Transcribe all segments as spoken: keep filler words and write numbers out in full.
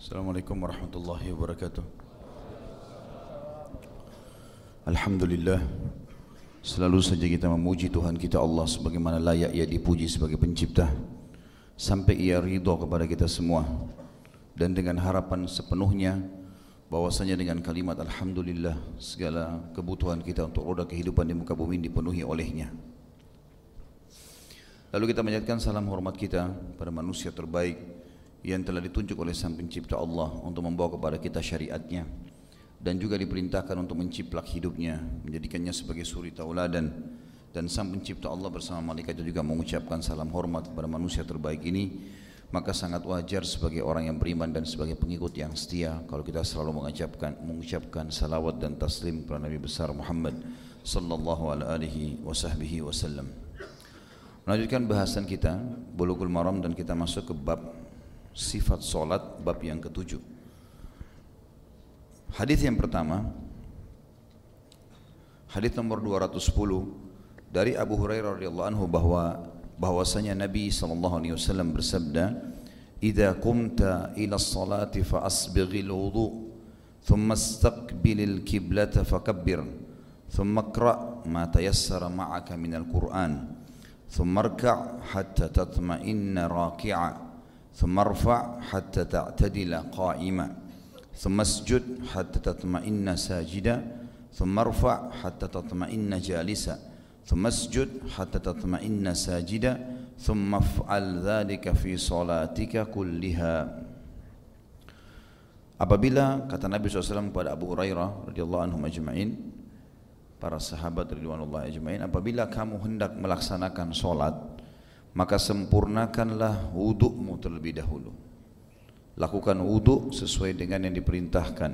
Assalamualaikum warahmatullahi wabarakatuh. Alhamdulillah, selalu saja kita memuji Tuhan kita Allah sebagaimana layak Ia dipuji sebagai pencipta, sampai Ia ridha kepada kita semua, dan dengan harapan sepenuhnya bahwasanya dengan kalimat Alhamdulillah segala kebutuhan kita untuk roda kehidupan di muka bumi dipenuhi olehnya. Lalu kita menjadikan salam hormat kita pada manusia terbaik yang telah ditunjuk oleh Sang Pencipta Allah untuk membawa kepada kita syariatnya, dan juga diperintahkan untuk menciplak hidupnya, menjadikannya sebagai suri tauladan. Dan Sang Pencipta Allah bersama malaikat juga mengucapkan salam hormat kepada manusia terbaik ini. Maka sangat wajar sebagai orang yang beriman dan sebagai pengikut yang setia kalau kita selalu mengucapkan mengucapkan salawat dan taslim kepada Nabi besar Muhammad sallallahu alaihi wasallam. Melanjutkan bahasan kita Bulughul Maram, dan kita masuk ke bab sifat solat, bab yang ketujuh. Hadis yang pertama, hadis nomor dua ratus sepuluh dari Abu Hurairah radhiyallahu anhu bahwa bahwasanya Nabi sallallahu alaihi wasallam bersabda, "Idza qumta ila as-salati fa asbighil wudu, thumma istaqbilil qiblata fakabbir, thumma iqra' ma tayassara ma'aka minal Qur'an, thumma irka' hatta tatma'inna raki'a, ثم ارفع حتى تعتدل قائما، ثم اسجد حتى تطمئن ساجدا، ثم ارفع حتى تطمئن جالسا، ثم اسجد حتى تطمئن ساجدا، ثم افعل ذلك في صلاتك كلها." Apabila kata Nabi shallallahu alaihi wasallam kepada Abu Hurairah radhiyallahu anhu ajma'in, para sahabat radhiyallahu ajma'in, apabila kamu hendak melaksanakan solat, maka sempurnakanlah wudukmu terlebih dahulu. Lakukan wuduk sesuai dengan yang diperintahkan.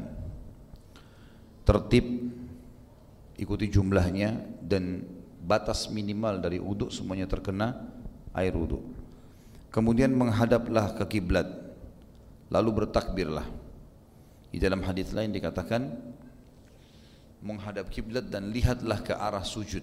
Tertib, ikuti jumlahnya, dan batas minimal dari wuduk semuanya terkena air wuduk. Kemudian menghadaplah ke kiblat, lalu bertakbirlah. Di dalam hadis lain dikatakan menghadap kiblat dan lihatlah ke arah sujud.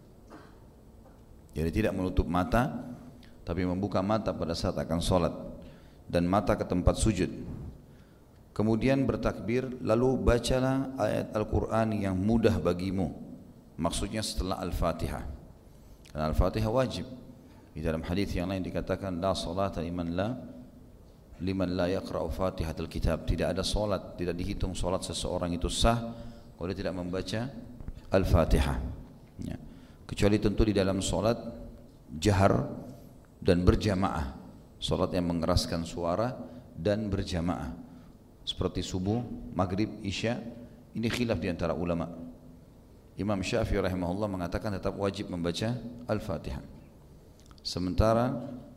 Jadi tidak menutup mata, tapi membuka mata pada saat akan sholat, dan mata ke tempat sujud. Kemudian bertakbir, lalu bacalah ayat Al-Quran yang mudah bagimu, maksudnya setelah Al-Fatihah, karena Al-Fatihah wajib. Di dalam hadis yang lain dikatakan, la salata liman la liman la yaqra'u fatihatul kitab, tidak ada solat, tidak dihitung solat seseorang itu sah kalau dia tidak membaca Al-Fatihah, ya. Kecuali tentu di dalam solat jahar dan berjamaah, solat yang mengeraskan suara dan berjamaah, seperti subuh, maghrib, isya. Ini khilaf di antara ulama. Imam Syafi'i rahimahullah mengatakan tetap wajib membaca Al-Fatihah, sementara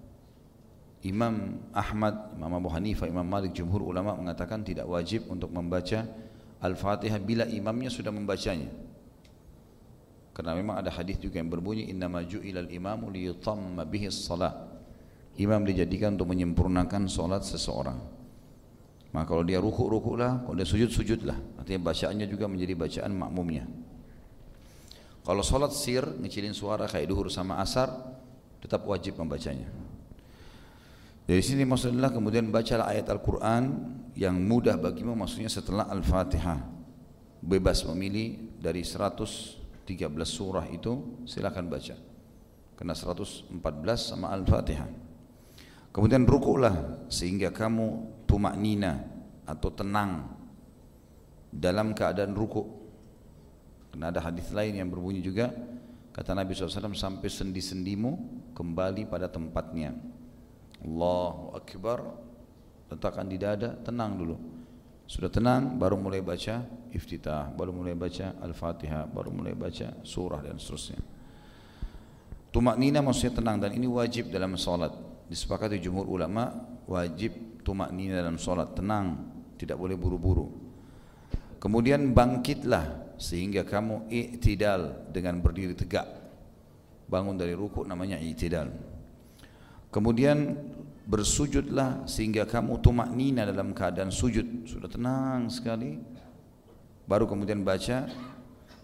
Imam Ahmad, Imam Abu Hanifah, Imam Malik, jumhur ulama mengatakan tidak wajib untuk membaca Al-Fatihah bila imamnya sudah membacanya. Karena memang ada hadis juga yang berbunyi, innama ju'ilal imamu liyutamma bihi shalah. Imam dijadikan untuk menyempurnakan solat seseorang. Maka kalau dia ruku', ruku'lah, kalau dia sujud, sujudlah. Artinya bacaannya juga menjadi bacaan makmumnya. Kalau solat sir, ngecilin suara kayak duhur sama asar, tetap wajib membacanya. Dari sini maksudnya kemudian bacalah ayat Al-Quran yang mudah bagimu, maksudnya setelah Al-Fatihah. Bebas memilih dari seratus tiga belas surah itu, silakan baca. Kena seratus empat belas sama Al-Fatihah. Kemudian rukuklah sehingga kamu tumaknina atau tenang dalam keadaan rukuk. Karena ada hadis lain yang berbunyi juga, kata Nabi shallallahu alaihi wasallam, sampai sendi-sendimu kembali pada tempatnya. Allahu Akbar, letakkan di dada, tenang dulu. Sudah tenang, baru mulai baca iftitah, baru mulai baca Al-Fatihah, baru mulai baca surah dan seterusnya. Tumaknina maksudnya tenang, dan ini wajib dalam salat. Disepakati jumhur ulama, wajib tumaknina dalam salat, tenang, tidak boleh buru-buru. Kemudian bangkitlah sehingga kamu i'tidal dengan berdiri tegak. Bangun dari rukuk namanya i'tidal. Kemudian bersujudlah sehingga kamu tumaknina dalam keadaan sujud, sudah tenang sekali, baru kemudian baca.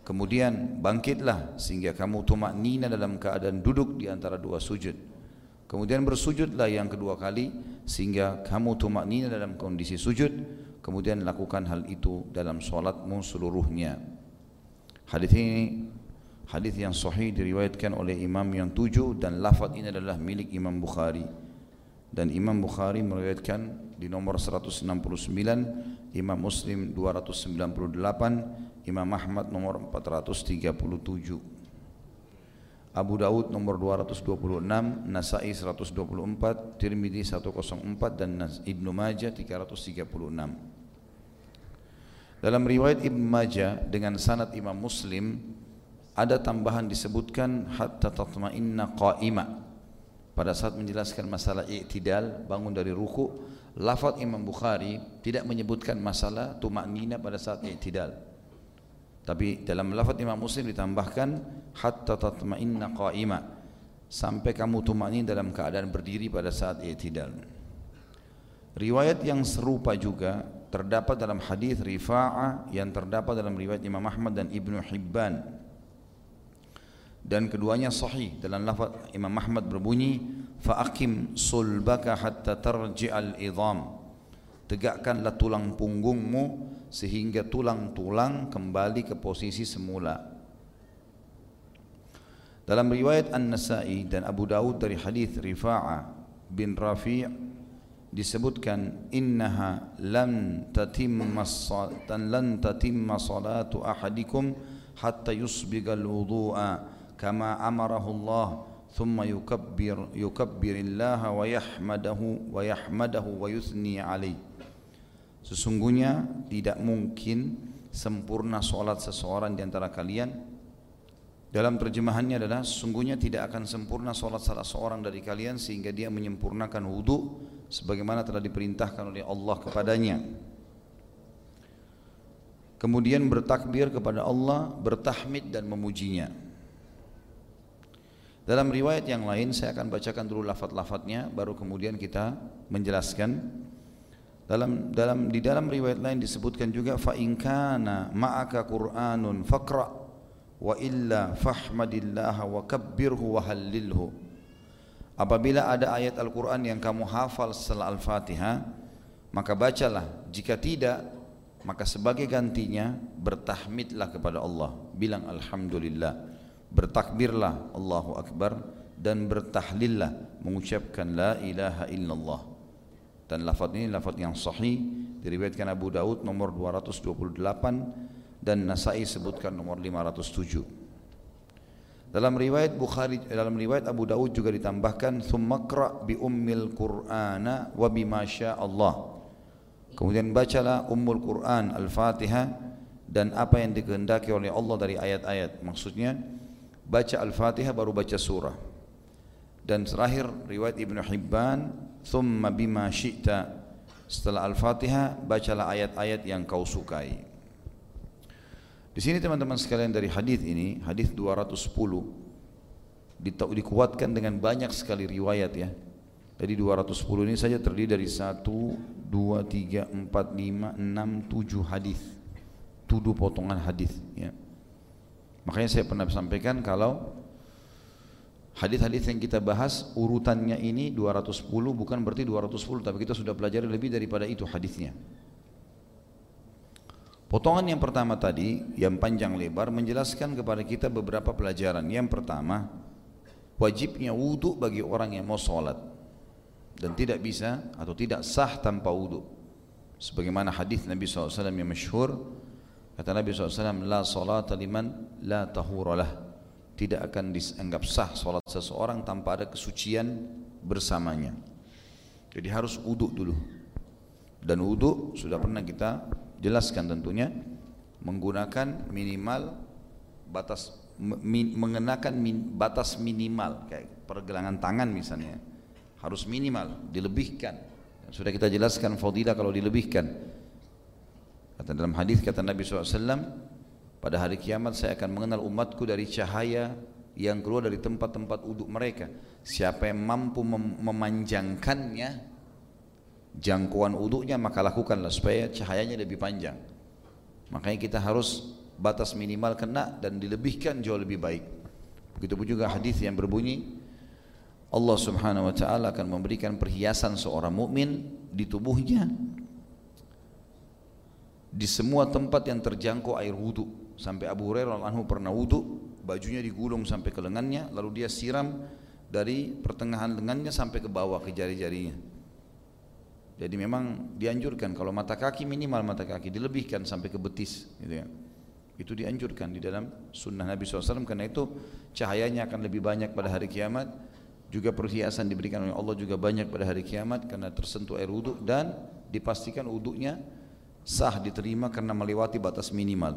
Kemudian bangkitlah sehingga kamu tumaknina dalam keadaan duduk di antara dua sujud. Kemudian bersujudlah yang kedua kali sehingga kamu tumaknina dalam kondisi sujud. Kemudian lakukan hal itu dalam solatmu seluruhnya. Hadis ini hadis yang sahih diriwayatkan oleh imam yang tujuh dan lafaz ini adalah milik Imam Bukhari. Dan Imam Bukhari meriwayatkan di nomor seratus enam puluh sembilan, Imam Muslim dua ratus sembilan puluh delapan, Imam Ahmad nomor empat ratus tiga puluh tujuh, Abu Daud nomor dua ratus dua puluh enam, Nasa'i seratus dua puluh empat, Tirmidzi seratus empat dan Ibnu Majah tiga ratus tiga puluh enam. Dalam riwayat Ibnu Majah dengan sanad Imam Muslim ada tambahan disebutkan hatta tatma'inna qa'ima. Pada saat menjelaskan masalah i'tidal, bangun dari ruku, lafaz Imam Bukhari tidak menyebutkan masalah tumaknina pada saat i'tidal. Tapi dalam lafaz Imam Muslim ditambahkan hatta tatma'inna qa'ima, sampai kamu tumaknina dalam keadaan berdiri pada saat i'tidal. Riwayat yang serupa juga terdapat dalam hadis Rifa'ah yang terdapat dalam riwayat Imam Ahmad dan Ibnu Hibban. Dan keduanya sahih. Dalam lafaz Imam Ahmad berbunyi fa'akim sulbaka hatta tarji'al idham, tegakkanlah tulang punggungmu sehingga tulang-tulang kembali ke posisi semula. Dalam riwayat An-Nasa'i dan Abu Daud dari hadis Rifa'ah bin Rafi' disebutkan innaha lam tatimma lan tatimma salatu ahadikum hatta yusbigal wudu'a kama amarahu Allah thumma yukabbir yukabbirillaha wa yahmadahu wa yahmadahu wa yuthni alaih. Sesungguhnya tidak mungkin sempurna solat seseorang di antara kalian. Dalam terjemahannya adalah sesungguhnya tidak akan sempurna solat salah seorang dari kalian sehingga dia menyempurnakan wudu sebagaimana telah diperintahkan oleh Allah kepadanya. Kemudian bertakbir kepada Allah, bertahmid dan memujinya. Dalam riwayat yang lain saya akan bacakan dulu lafaz-lafaznya baru kemudian kita menjelaskan. Dalam dalam di dalam riwayat lain disebutkan juga fa in kana ma'aka Qur'anun faqra wa illa fahmadillah wa kabbirhu wa hallilhu. Apabila ada ayat Al-Qur'an yang kamu hafal setelah Al-Fatihah maka bacalah, jika tidak maka sebagai gantinya bertahmidlah kepada Allah, bilang alhamdulillah, bertakbirlah Allahu Akbar dan bertahlillah mengucapkan la ilaha illallah. Dan lafaz ini lafaz yang sahih diriwayatkan Abu Daud nomor dua ratus dua puluh delapan dan Nasa'i sebutkan nomor lima ratus tujuh. Dalam riwayat Bukhari dalam riwayat Abu Daud juga ditambahkan tsumma qra bi ummil qur'ana wa bima syaa Allah. Kemudian bacalah ummul Qur'an Al-Fatihah dan apa yang dikehendaki oleh Allah dari ayat-ayat. Maksudnya baca Al-Fatihah baru baca surah. Dan terakhir riwayat Ibnu Hibban thumma bima syi'ta, setelah Al-Fatihah bacalah ayat-ayat yang kau sukai. Di sini teman-teman sekalian dari hadis ini, hadis dua ratus sepuluh dikuatkan dengan banyak sekali riwayat ya. Jadi dua ratus sepuluh ini saja terdiri dari satu, dua, tiga, empat, lima, enam, tujuh hadis, tujuh potongan hadis ya. Makanya saya pernah sampaikan kalau hadis-hadis yang kita bahas urutannya ini dua ratus sepuluh bukan berarti dua ratus sepuluh, tapi kita sudah pelajari lebih daripada itu hadisnya. Potongan yang pertama tadi yang panjang lebar menjelaskan kepada kita beberapa pelajaran. Yang pertama, wajibnya wudu bagi orang yang mau sholat dan tidak bisa atau tidak sah tanpa wudu. Sebagaimana hadis Nabi shallallahu alaihi wasallam yang masyhur, kata Nabi shallallahu alaihi wasallam, la salata liman la tahuralah, tidak akan dianggap sah salat seseorang tanpa ada kesucian bersamanya. Jadi harus wudu dulu. Dan wudu sudah pernah kita jelaskan tentunya menggunakan minimal batas min, mengenakan min, batas minimal kayak pergelangan tangan misalnya. Harus minimal, dilebihkan. Sudah kita jelaskan fadilah kalau dilebihkan. Kata dalam hadis kata Nabi shallallahu alaihi wasallam, pada hari kiamat saya akan mengenal umatku dari cahaya yang keluar dari tempat-tempat uduk mereka. Siapa yang mampu mem memanjangkannya jangkauan uduknya maka lakukanlah supaya cahayanya lebih panjang. Makanya kita harus batas minimal kena dan dilebihkan jauh lebih baik. Begitu pun juga hadis yang berbunyi Allah Subhanahu wa taala akan memberikan perhiasan seorang mukmin di tubuhnya di semua tempat yang terjangkau air wudu. Sampai Abu Hurairah radhiyallahu anhu pernah wudu, bajunya digulung sampai ke lengannya, lalu dia siram dari pertengahan lengannya sampai ke bawah ke jari-jarinya. Jadi memang dianjurkan kalau mata kaki, minimal mata kaki dilebihkan sampai ke betis, gitu ya. Itu dianjurkan di dalam sunnah Nabi shallallahu alaihi wasallam, karena itu cahayanya akan lebih banyak pada hari kiamat. Juga perhiasan diberikan oleh Allah juga banyak pada hari kiamat karena tersentuh air wudu, dan dipastikan wudunya sah diterima karena melewati batas minimal.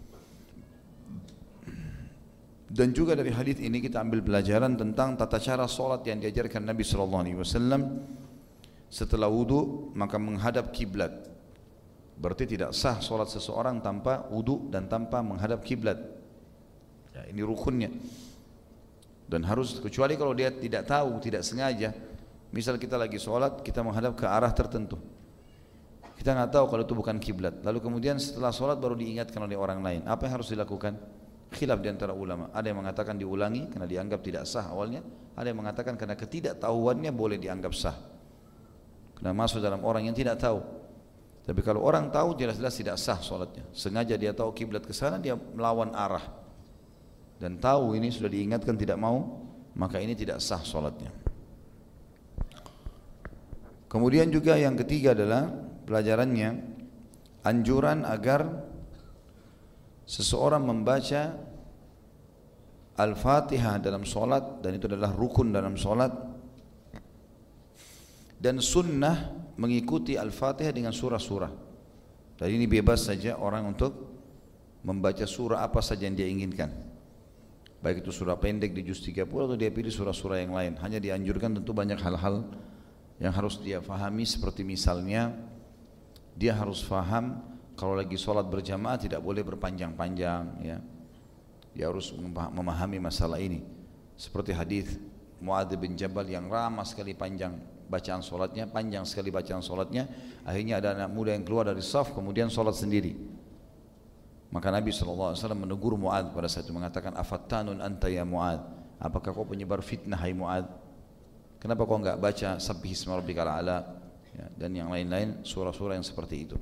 Dan juga dari hadis ini kita ambil pelajaran tentang tata cara solat yang diajarkan Nabi shallallahu alaihi wasallam. Setelah wudu maka menghadap kiblat. Berarti tidak sah solat seseorang tanpa wudu dan tanpa menghadap kiblat. Ya, ini rukunnya. Dan harus, kecuali kalau dia tidak tahu, tidak sengaja. Misal kita lagi solat, kita menghadap ke arah tertentu. Kita nggak tahu kalau itu bukan kiblat. Lalu kemudian setelah solat baru diingatkan oleh orang lain. Apa yang harus dilakukan? Khilaf di antara ulama. Ada yang mengatakan diulangi karena dianggap tidak sah awalnya. Ada yang mengatakan karena ketidaktahuannya boleh dianggap sah. Karena masuk dalam orang yang tidak tahu. Tapi kalau orang tahu jelas-jelas tidak sah solatnya. Sengaja dia tahu kiblat ke sana, dia melawan arah. Dan tahu ini sudah diingatkan tidak mau, maka ini tidak sah solatnya. Kemudian juga yang ketiga adalah pelajarannya anjuran agar seseorang membaca Al-Fatihah dalam solat, dan itu adalah rukun dalam solat, dan sunnah mengikuti Al-Fatihah dengan surah-surah. Dan ini bebas saja orang untuk membaca surah apa saja yang dia inginkan, baik itu surah pendek di juz tiga puluh atau dia pilih surah-surah yang lain. Hanya dianjurkan tentu banyak hal-hal yang harus dia fahami, seperti misalnya dia harus faham kalau lagi sholat berjamaah tidak boleh berpanjang-panjang, ya. Dia harus memahami masalah ini. Seperti hadis Muadz bin Jabal yang ramah sekali panjang bacaan sholatnya, panjang sekali bacaan sholatnya. Akhirnya ada anak muda yang keluar dari saf kemudian sholat sendiri. Maka Nabi shallallahu alaihi wasallam menegur Muadz pada saat itu, mengatakan, afattanun anta ya Muadz, apakah kau penyebar fitnah hai Muadz? Kenapa kau enggak baca sabbihisma rabbikal a'la, ya, dan yang lain-lain surah-surah yang seperti itu.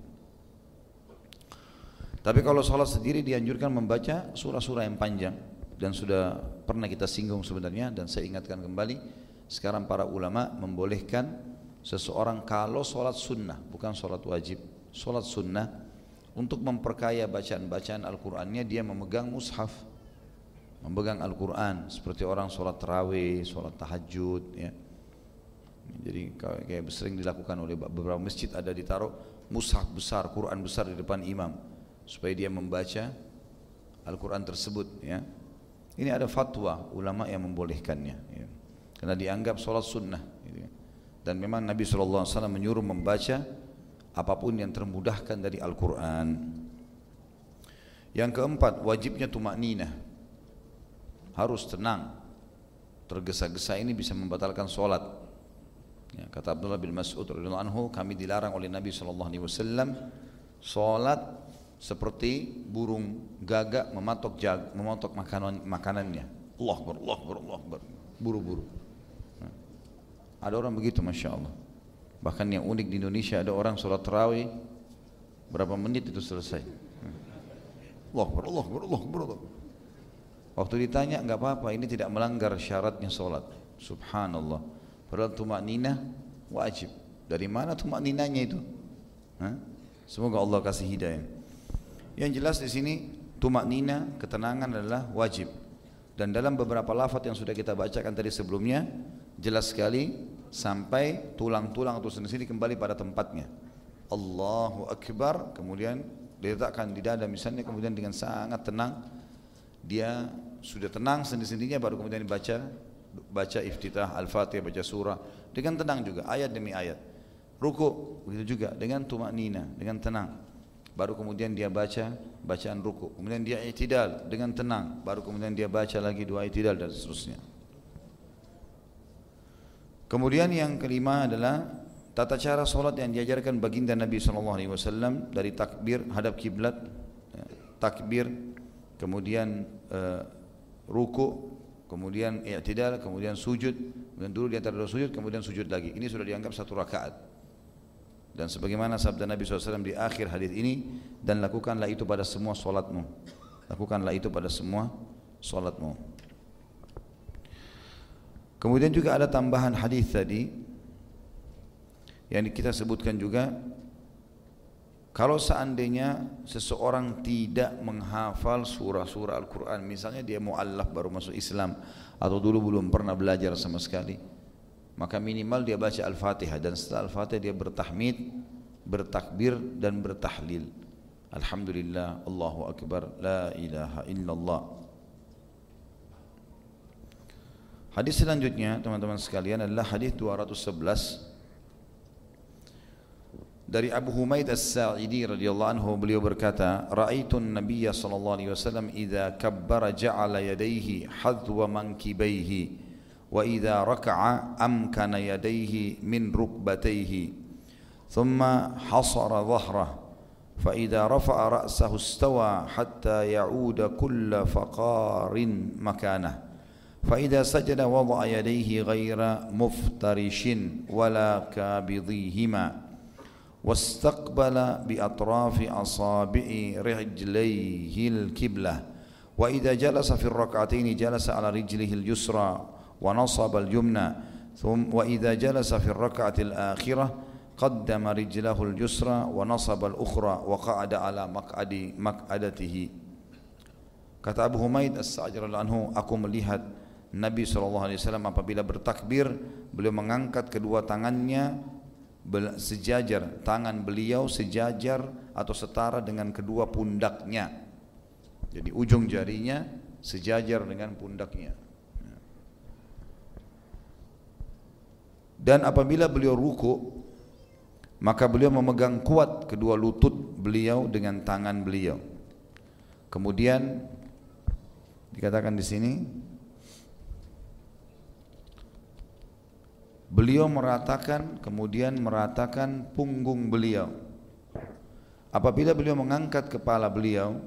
Tapi kalau sholat sendiri dianjurkan membaca surah-surah yang panjang, dan sudah pernah kita singgung sebenarnya, dan saya ingatkan kembali. Sekarang para ulama membolehkan seseorang kalau sholat sunnah, bukan sholat wajib, sholat sunnah, untuk memperkaya bacaan-bacaan Al-Qur'annya dia memegang mushaf, memegang Al-Qur'an, seperti orang sholat tarawih, sholat tahajud, ya. Jadi kayak sering dilakukan oleh beberapa masjid, ada ditaruh mushaf besar, Quran besar di depan imam, supaya dia membaca Al-Quran tersebut, ya. Ini ada fatwa ulama yang membolehkannya, ya. Karena dianggap sholat sunnah, gitu, ya. Dan memang Nabi shallallahu alaihi wasallam menyuruh membaca apapun yang termudahkan dari Al-Quran. Yang keempat, wajibnya tumakninah, harus tenang. Tergesa-gesa ini bisa membatalkan sholat, ya. Kata Abdullah bin Mas'ud radhiyallahu anhu, kami dilarang oleh Nabi shallallahu alaihi wasallam sholat seperti burung gagak mematok jag, mematok makanan makanannya. Allah Akbar, Allah Akbar, Allah Akbar, buru-buru. Nah, ada orang begitu, masya Allah. Bahkan yang unik di Indonesia, ada orang sholat tarawih berapa menit itu selesai. Allah Akbar, Allah Akbar, Allah Akbar. Waktu ditanya, enggak apa-apa, ini tidak melanggar syaratnya sholat. Subhanallah. Padahal tumakninah wajib. Dari mana tumakninahnya itu? Hah? Semoga Allah kasih hidayah. Yang jelas di sini tumakninah, ketenangan adalah wajib. Dan dalam beberapa lafaz yang sudah kita bacakan tadi sebelumnya, jelas sekali sampai tulang-tulang atau sendi-sendi kembali pada tempatnya. Allahu Akbar, kemudian diletakkan di dada misalnya, kemudian dengan sangat tenang dia sudah tenang sendi-sendinya, baru kemudian dibaca baca iftitah Al-Fatihah, baca surah dengan tenang juga, ayat demi ayat. Ruku begitu juga dengan tumakninah, dengan tenang. Baru kemudian dia baca bacaan ruku, kemudian dia i'tidal dengan tenang, baru kemudian dia baca lagi dua i'tidal dan seterusnya. Kemudian yang kelima adalah tata cara solat yang diajarkan baginda Nabi shallallahu alaihi wasallam, dari takbir hadap kiblat, takbir, kemudian uh, ruku, kemudian i'tidal, kemudian sujud, kemudian dulu di antara dua sujud, kemudian sujud lagi. Ini sudah dianggap satu rakaat. Dan sebagaimana sabda Nabi shallallahu alaihi wasallam di akhir hadis ini, dan lakukanlah itu pada semua solatmu. Lakukanlah itu pada semua solatmu. Kemudian juga ada tambahan hadis tadi yang kita sebutkan juga, kalau seandainya seseorang tidak menghafal surah-surah Al-Quran, misalnya dia mu'allaf baru masuk Islam atau dulu belum pernah belajar sama sekali, maka minimal dia baca Al-Fatihah, dan setelah Al-Fatihah dia bertahmid, bertakbir dan bertahlil. Alhamdulillah, Allahu Akbar, la ilaha illallah. Hadis selanjutnya teman-teman sekalian adalah hadis dua ratus sebelas dari Abu Humaid As-Sa'idi radhiyallahu anhu. Beliau berkata, ra'aitun nabiyya sallallahu alaihi wasallam idza kabbara ja'ala yadayhi hadwa mankibaihi wa idza raka'a amkana yadayhi min rukbatayhi thumma hasara dhahrahu fa idza rafa'a ra'sahu istawa hatta ya'uda kull faqarin makanah fa idza sajada wada'a yadayhi ghayra muftarishin wala kabidhihima واستقبل بأطراف أصابع رجليه الكبلة وإذا جلس في الركعتين جلس على رجله اليسرى ونصب اليمنى ثم وإذا جلس في الركعة الآخرة قدم رجله اليسرى ونصب الأخرى وقعد على مقعد مقعدته. Kata Abu Humaid As-Sa'idi radhiyallahu anhu, aku melihat Nabi shallallahu alaihi wasallam apabila bertakbir, beliau mengangkat kedua tangannya sejajar, tangan beliau sejajar atau setara dengan kedua pundaknya. Jadi ujung jarinya sejajar dengan pundaknya. Dan apabila beliau ruku, maka beliau memegang kuat kedua lutut beliau dengan tangan beliau. Kemudian dikatakan di sini, beliau meratakan, kemudian meratakan punggung beliau. Apabila beliau mengangkat kepala beliau,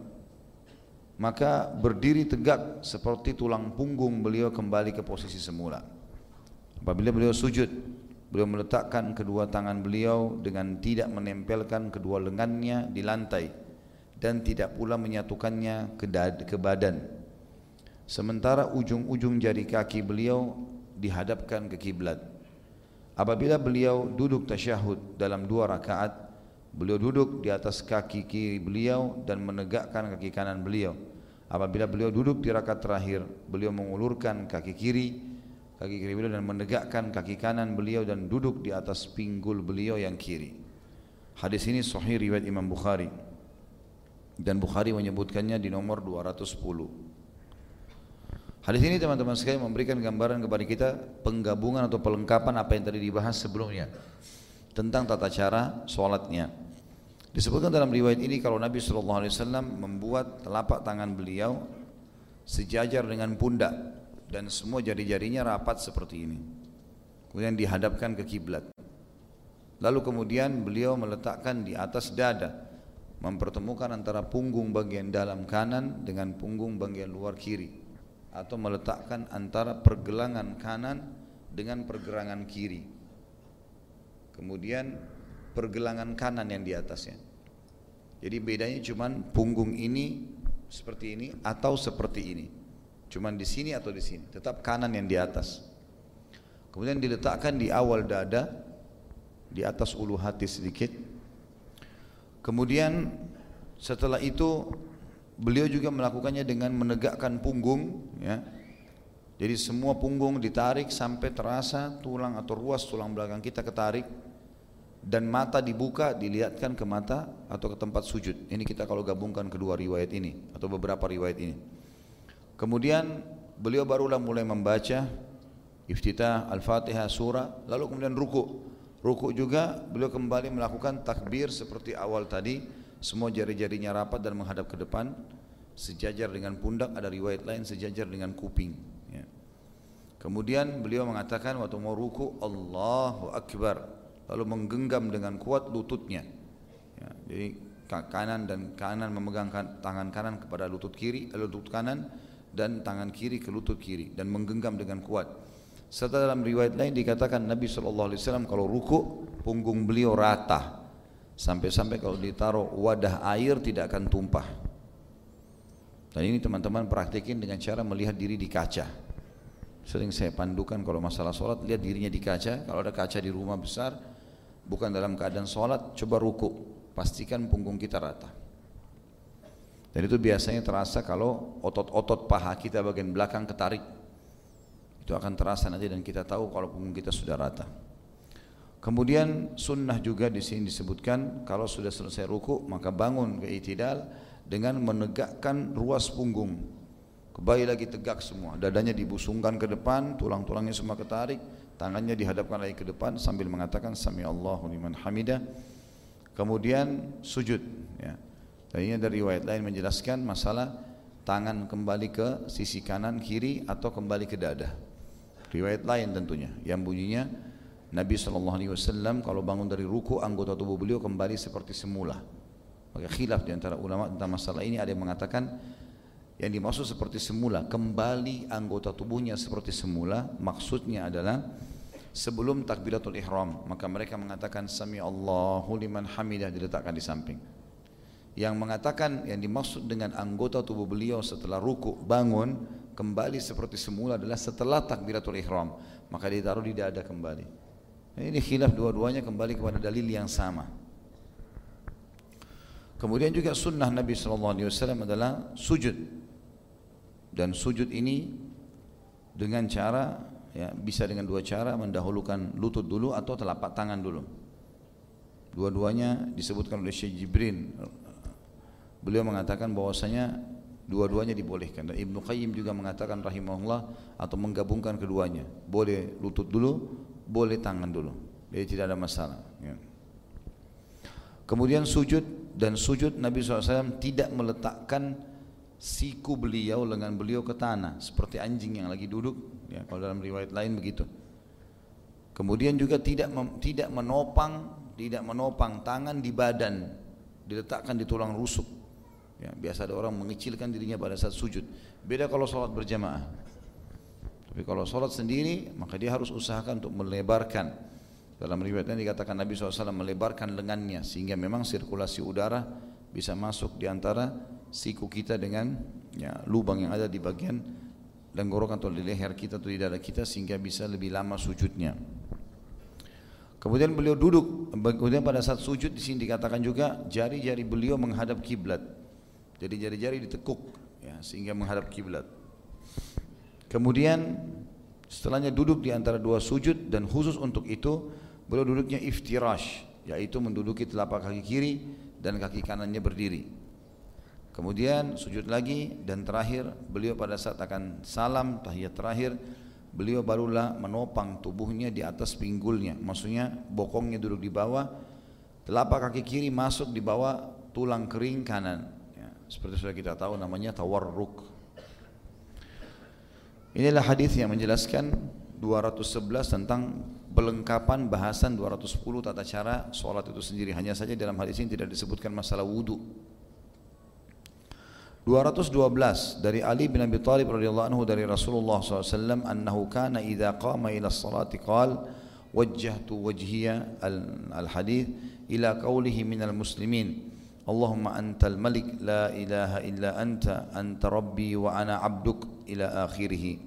maka berdiri tegak seperti tulang punggung beliau kembali ke posisi semula. Apabila beliau sujud, beliau meletakkan kedua tangan beliau dengan tidak menempelkan kedua lengannya di lantai dan tidak pula menyatukannya ke, ke badan. Sementara ujung-ujung jari kaki beliau dihadapkan ke kiblat. Apabila beliau duduk tasyahud dalam dua rakaat, beliau duduk di atas kaki kiri beliau dan menegakkan kaki kanan beliau. Apabila beliau duduk di rakaat terakhir, beliau mengulurkan kaki kiri, kaki kiri beliau dan menegakkan kaki kanan beliau dan duduk di atas pinggul beliau yang kiri. Hadis ini sahih riwayat Imam Bukhari, dan Bukhari menyebutkannya di nomor dua ratus sepuluh. Hadis ini teman-teman sekalian memberikan gambaran kepada kita penggabungan atau pelengkapan apa yang tadi dibahas sebelumnya tentang tata cara sholatnya. Disebutkan dalam riwayat ini kalau Nabi shallallahu alaihi wasallam membuat telapak tangan beliau sejajar dengan pundak dan semua jari-jarinya rapat seperti ini, kemudian dihadapkan ke kiblat. Lalu kemudian beliau meletakkan di atas dada, mempertemukan antara punggung bagian dalam kanan dengan punggung bagian luar kiri, atau meletakkan antara pergelangan kanan dengan pergelangan kiri. Kemudian pergelangan kanan yang di atasnya. Jadi bedanya cuman punggung ini seperti ini atau seperti ini. Cuman di sini atau di sini, tetap kanan yang di atas. Kemudian diletakkan di awal dada, di atas ulu hati sedikit. Kemudian setelah itu beliau juga melakukannya dengan menegakkan punggung, ya. Jadi semua punggung ditarik sampai terasa tulang atau ruas tulang belakang kita ketarik, dan mata dibuka, dilihatkan ke mata atau ke tempat sujud. Ini kita kalau gabungkan kedua riwayat ini atau beberapa riwayat ini. Kemudian beliau barulah mulai membaca iftitah, al-fatihah, surah, lalu kemudian ruku. Ruku juga beliau kembali melakukan takbir seperti awal tadi, semua jari-jarinya rapat dan menghadap ke depan, sejajar dengan pundak, ada riwayat lain sejajar dengan kuping, ya. Kemudian beliau mengatakan waktu mau ruku, Allahu Akbar, lalu menggenggam dengan kuat lututnya, ya. Jadi kanan dan kanan memegang tangan kanan kepada lutut kiri, lutut kanan, dan tangan kiri ke lutut kiri dan menggenggam dengan kuat. Serta dalam riwayat lain dikatakan Nabi shallallahu alaihi wasallam kalau ruku punggung beliau rata, sampai-sampai kalau ditaruh wadah air tidak akan tumpah. Dan ini teman-teman praktikin dengan cara melihat diri di kaca. Sering saya pandukan kalau masalah sholat, lihat dirinya di kaca. Kalau ada kaca di rumah besar, bukan dalam keadaan sholat, coba ruku, pastikan punggung kita rata. Dan itu biasanya terasa kalau otot-otot paha kita bagian belakang ketarik. Itu akan terasa nanti dan kita tahu kalau punggung kita sudah rata. Kemudian sunnah juga di sini disebutkan kalau sudah selesai ruku maka bangun ke i'tidal dengan menegakkan ruas punggung. Kembali lagi tegak semua, dadanya dibusungkan ke depan, tulang-tulangnya semua ketarik, tangannya dihadapkan lagi ke depan sambil mengatakan sami Allahu liman hamidah. Kemudian sujud, ya. Dan ini dari riwayat lain menjelaskan masalah tangan kembali ke sisi kanan kiri atau kembali ke dada. Riwayat lain tentunya yang bunyinya Nabi shallallahu alaihi wasallam kalau bangun dari ruku anggota tubuh beliau kembali seperti semula. Maka khilaf di antara ulama tentang masalah ini, ada yang mengatakan yang dimaksud seperti semula, kembali anggota tubuhnya seperti semula, maksudnya adalah sebelum takbiratul ihram, maka mereka mengatakan sami Allahu liman hamidah diletakkan di samping. Yang mengatakan yang dimaksud dengan anggota tubuh beliau setelah ruku bangun kembali seperti semula adalah setelah takbiratul ihram, maka ditaruh di dada kembali. Ini khilaf dua-duanya kembali kepada dalil yang sama. Kemudian juga sunnah Nabi shallallahu alaihi wasallam adalah sujud, dan sujud ini dengan cara, ya, bisa dengan dua cara, mendahulukan lutut dulu atau telapak tangan dulu. Dua-duanya disebutkan oleh Syekh Jibrin. Beliau mengatakan bahwasanya dua-duanya dibolehkan, dan Ibnu Qayyim juga mengatakan rahimahullah atau menggabungkan keduanya, boleh lutut dulu, boleh tangan dulu, jadi tidak ada masalah, ya. Kemudian sujud, dan sujud Nabi shallallahu alaihi wasallam tidak meletakkan siku beliau, lengan beliau ke tanah seperti anjing yang lagi duduk, ya, kalau dalam riwayat lain begitu. Kemudian juga tidak mem, tidak menopang tidak menopang tangan di badan, diletakkan di tulang rusuk, ya, biasa ada orang mengecilkan dirinya pada saat sujud. Beda kalau sholat berjamaah. Tapi kalau sholat sendiri maka dia harus usahakan untuk melebarkan. Dalam riwayatnya dikatakan Nabi shallallahu alaihi wasallam melebarkan lengannya sehingga memang sirkulasi udara bisa masuk di antara siku kita dengan, ya, lubang yang ada di bagian tenggorokan atau di leher kita atau di dada kita, sehingga bisa lebih lama sujudnya. Kemudian beliau duduk, kemudian pada saat sujud di sini dikatakan juga jari-jari beliau menghadap kiblat. Jadi jari-jari ditekuk, ya, sehingga menghadap kiblat. Kemudian setelahnya duduk di antara dua sujud, dan khusus untuk itu beliau duduknya iftirash, yaitu menduduki telapak kaki kiri dan kaki kanannya berdiri. Kemudian sujud lagi, dan terakhir beliau pada saat akan salam tahiyat terakhir beliau barulah menopang tubuhnya di atas pinggulnya, maksudnya bokongnya duduk di bawah, telapak kaki kiri masuk di bawah tulang kering kanan, ya, seperti sudah kita tahu namanya tawarruk. Inilah hadis yang menjelaskan dua ratus sebelas tentang pelengkapan bahasan dua ratus sepuluh tata cara sholat itu sendiri. Hanya saja dalam hadis ini tidak disebutkan masalah wudu. dua ratus dua belas dari Ali bin Abi Thalib radhiyallahu anhu dari Rasulullah shallallahu alaihi wasallam annahu kana idza qama ila as-salati qala wajjahtu wajhiya al-hadith ila qawlihi minal muslimin Allahumma antal malik la ilaha illa anta anta rabbi wa ana abduk ila akhirih.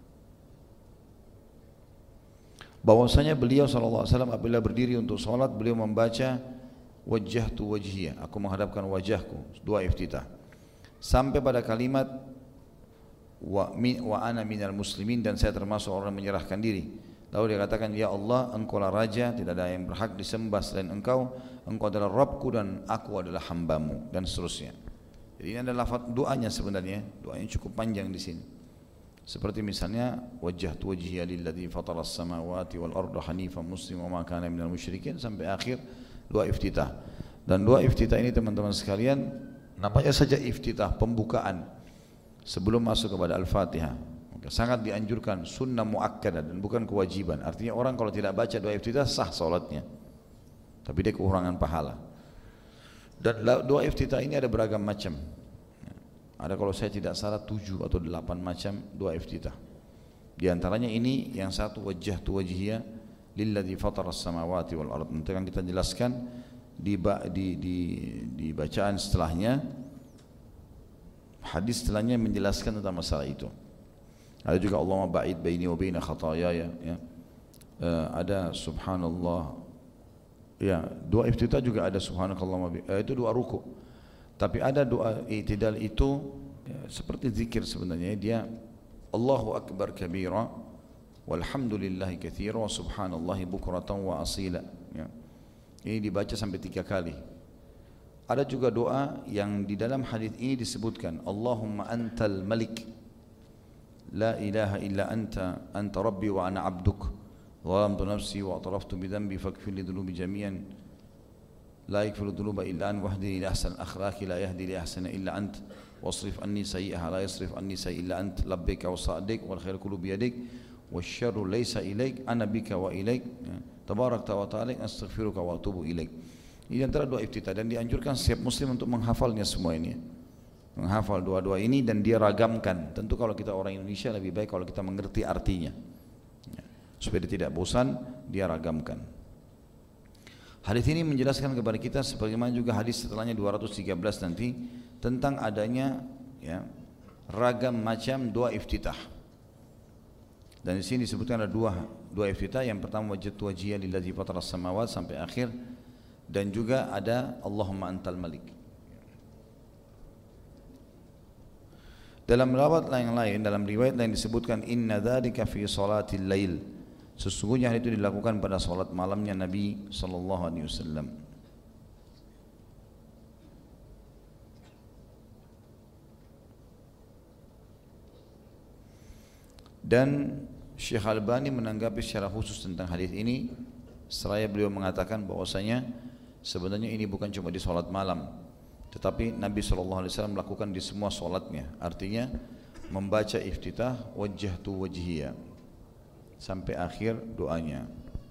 Bahwasanya beliau sallallahu alaihi wasallam apabila berdiri untuk salat beliau membaca wajjahtu wajhiya, aku menghadapkan wajahku, doa iftitah, sampai pada kalimat wa, mi, wa ana minal muslimin, dan saya termasuk orang yang menyerahkan diri. Lalu dia katakan, ya Allah, engkau lah Raja, tidak ada yang berhak disembah selain engkau, engkau adalah Rabbku dan aku adalah hambamu, dan seterusnya. Jadi ini adalah lafaz doanya sebenarnya, doanya cukup panjang di sini. Seperti misalnya wajjahtu wajhiya lilladzi fatara as-samawati wal arda hanifan musliman wa ma kana minal musyrikin sampai akhir doa iftitah. Dan doa iftitah ini teman-teman sekalian namanya saja iftitah, pembukaan sebelum masuk kepada Al-Fatihah. Maka sangat dianjurkan, sunnah muakkadah dan bukan kewajiban. Artinya orang kalau tidak baca doa iftitah sah salatnya, tapi dia kekurangan pahala. Dan doa iftitah ini ada beragam macam. Ada kalau saya tidak salah tujuh atau delapan macam doa iftitah. Di antaranya ini yang satu, wajjahtu wajhiya lilladzi fatara as-samawati wal ard. Nanti akan kita jelaskan di, di, di, di bacaan setelahnya, hadis setelahnya menjelaskan tentang masalah itu. Ada juga Allahumma ba'id baini wa baina khataayaya, ya. Uh, ada subhanallah, ya. Doa iftitah juga ada subhanakallahumma, uh, itu doa ruku. Tapi ada doa i'tidal itu ya, seperti zikir sebenarnya, dia Allahu akbar kabira walhamdulillahi katsira wa subhanallahi bukratan wa asila, ya. Ini dibaca sampai tiga kali. Ada juga doa yang di dalam hadis ini disebutkan, Allahumma antal malik la ilaha illa anta anta rabbi wa ana abduk zalamtu nafsi wa ataraftu bidhanbi faghfir li dhunubi jami'an la yaghfiru dhunuba illa anta wahdini li ahsan akhlaqi la yahdi li ahsana illa anta wasrif anni sayyi'aha la yasrif anni sayyi'a illa anta labbaika wa sa'dik wal khairu kullu bi yadik wasyarru laysa ilaik ana bika wa ilaik tabarakta wa ta'ala astaghfiruka wa atubu ilaik. Ini antara doa iftitah dan dianjurkan setiap muslim untuk menghafalnya semua ini, menghafal doa-doa ini dan dia ragamkan. Tentu kalau kita orang Indonesia lebih baik kalau kita mengerti artinya, ya, supaya dia tidak bosan, dia ragamkan. Hadis ini menjelaskan kepada kita sebagaimana juga hadis setelahnya dua ratus tiga belas nanti tentang adanya, ya, ragam macam doa iftitah. Dan di sini disebutkan ada dua doa iftitah. Yang pertama wajjahtu wajhiya lilladzi fatara as-samawati sampai akhir, dan juga ada Allahumma antal malik. Dalam riwayat lain lain, dalam riwayat lain disebutkan inna dzalika fi salatil lail. Sesungguhnya hal itu dilakukan pada salat malamnya Nabi sallallahu alaihi wasallam. Dan Syekh Albani menanggapi secara khusus tentang hadis ini, seraya beliau mengatakan bahwasanya sebenarnya ini bukan cuma di salat malam, tetapi Nabi shallallahu alaihi wasallam melakukan di semua salatnya. Artinya membaca iftitah wajjahtu wajhiya sampai akhir doanya.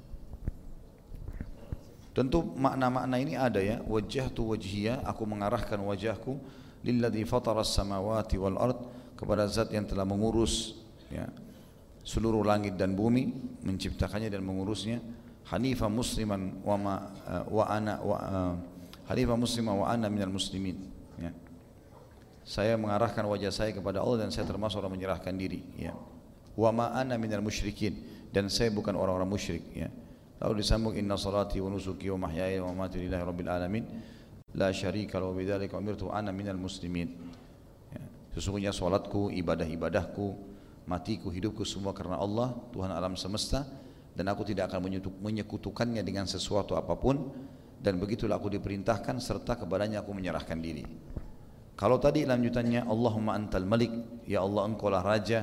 Tentu makna-makna ini ada, ya. Wajjahtu wajhiya, aku mengarahkan wajahku lilladzi fatara as-samawati wal ard, kepada zat yang telah mengurus, ya, seluruh langit dan bumi, menciptakannya dan mengurusnya. Hanifah musliman wa ma uh, wa ana wa uh, Hanifah musliman wa ana minal muslimin, ya. Saya mengarahkan wajah saya kepada Allah dan saya termasuk orang menyerahkan diri, ya. Wa ma ana minal musyrikin, dan saya bukan orang-orang musyrik, ya. Lalu disambung inna salati wa nusuki wa mahyaya wa mamati lillahi rabbil alamin la syarika lahu bidzalika umirtu ana minal muslimin, ya. Sesungguhnya salatku, ibadah-ibadahku, matiku, hidupku semua karena Allah, Tuhan alam semesta, dan aku tidak akan menyekutukannya dengan sesuatu apapun, dan begitulah aku diperintahkan serta kepadanya aku menyerahkan diri. Kalau tadi lanjutannya Allahumma antal malik, ya Allah engkaulah raja,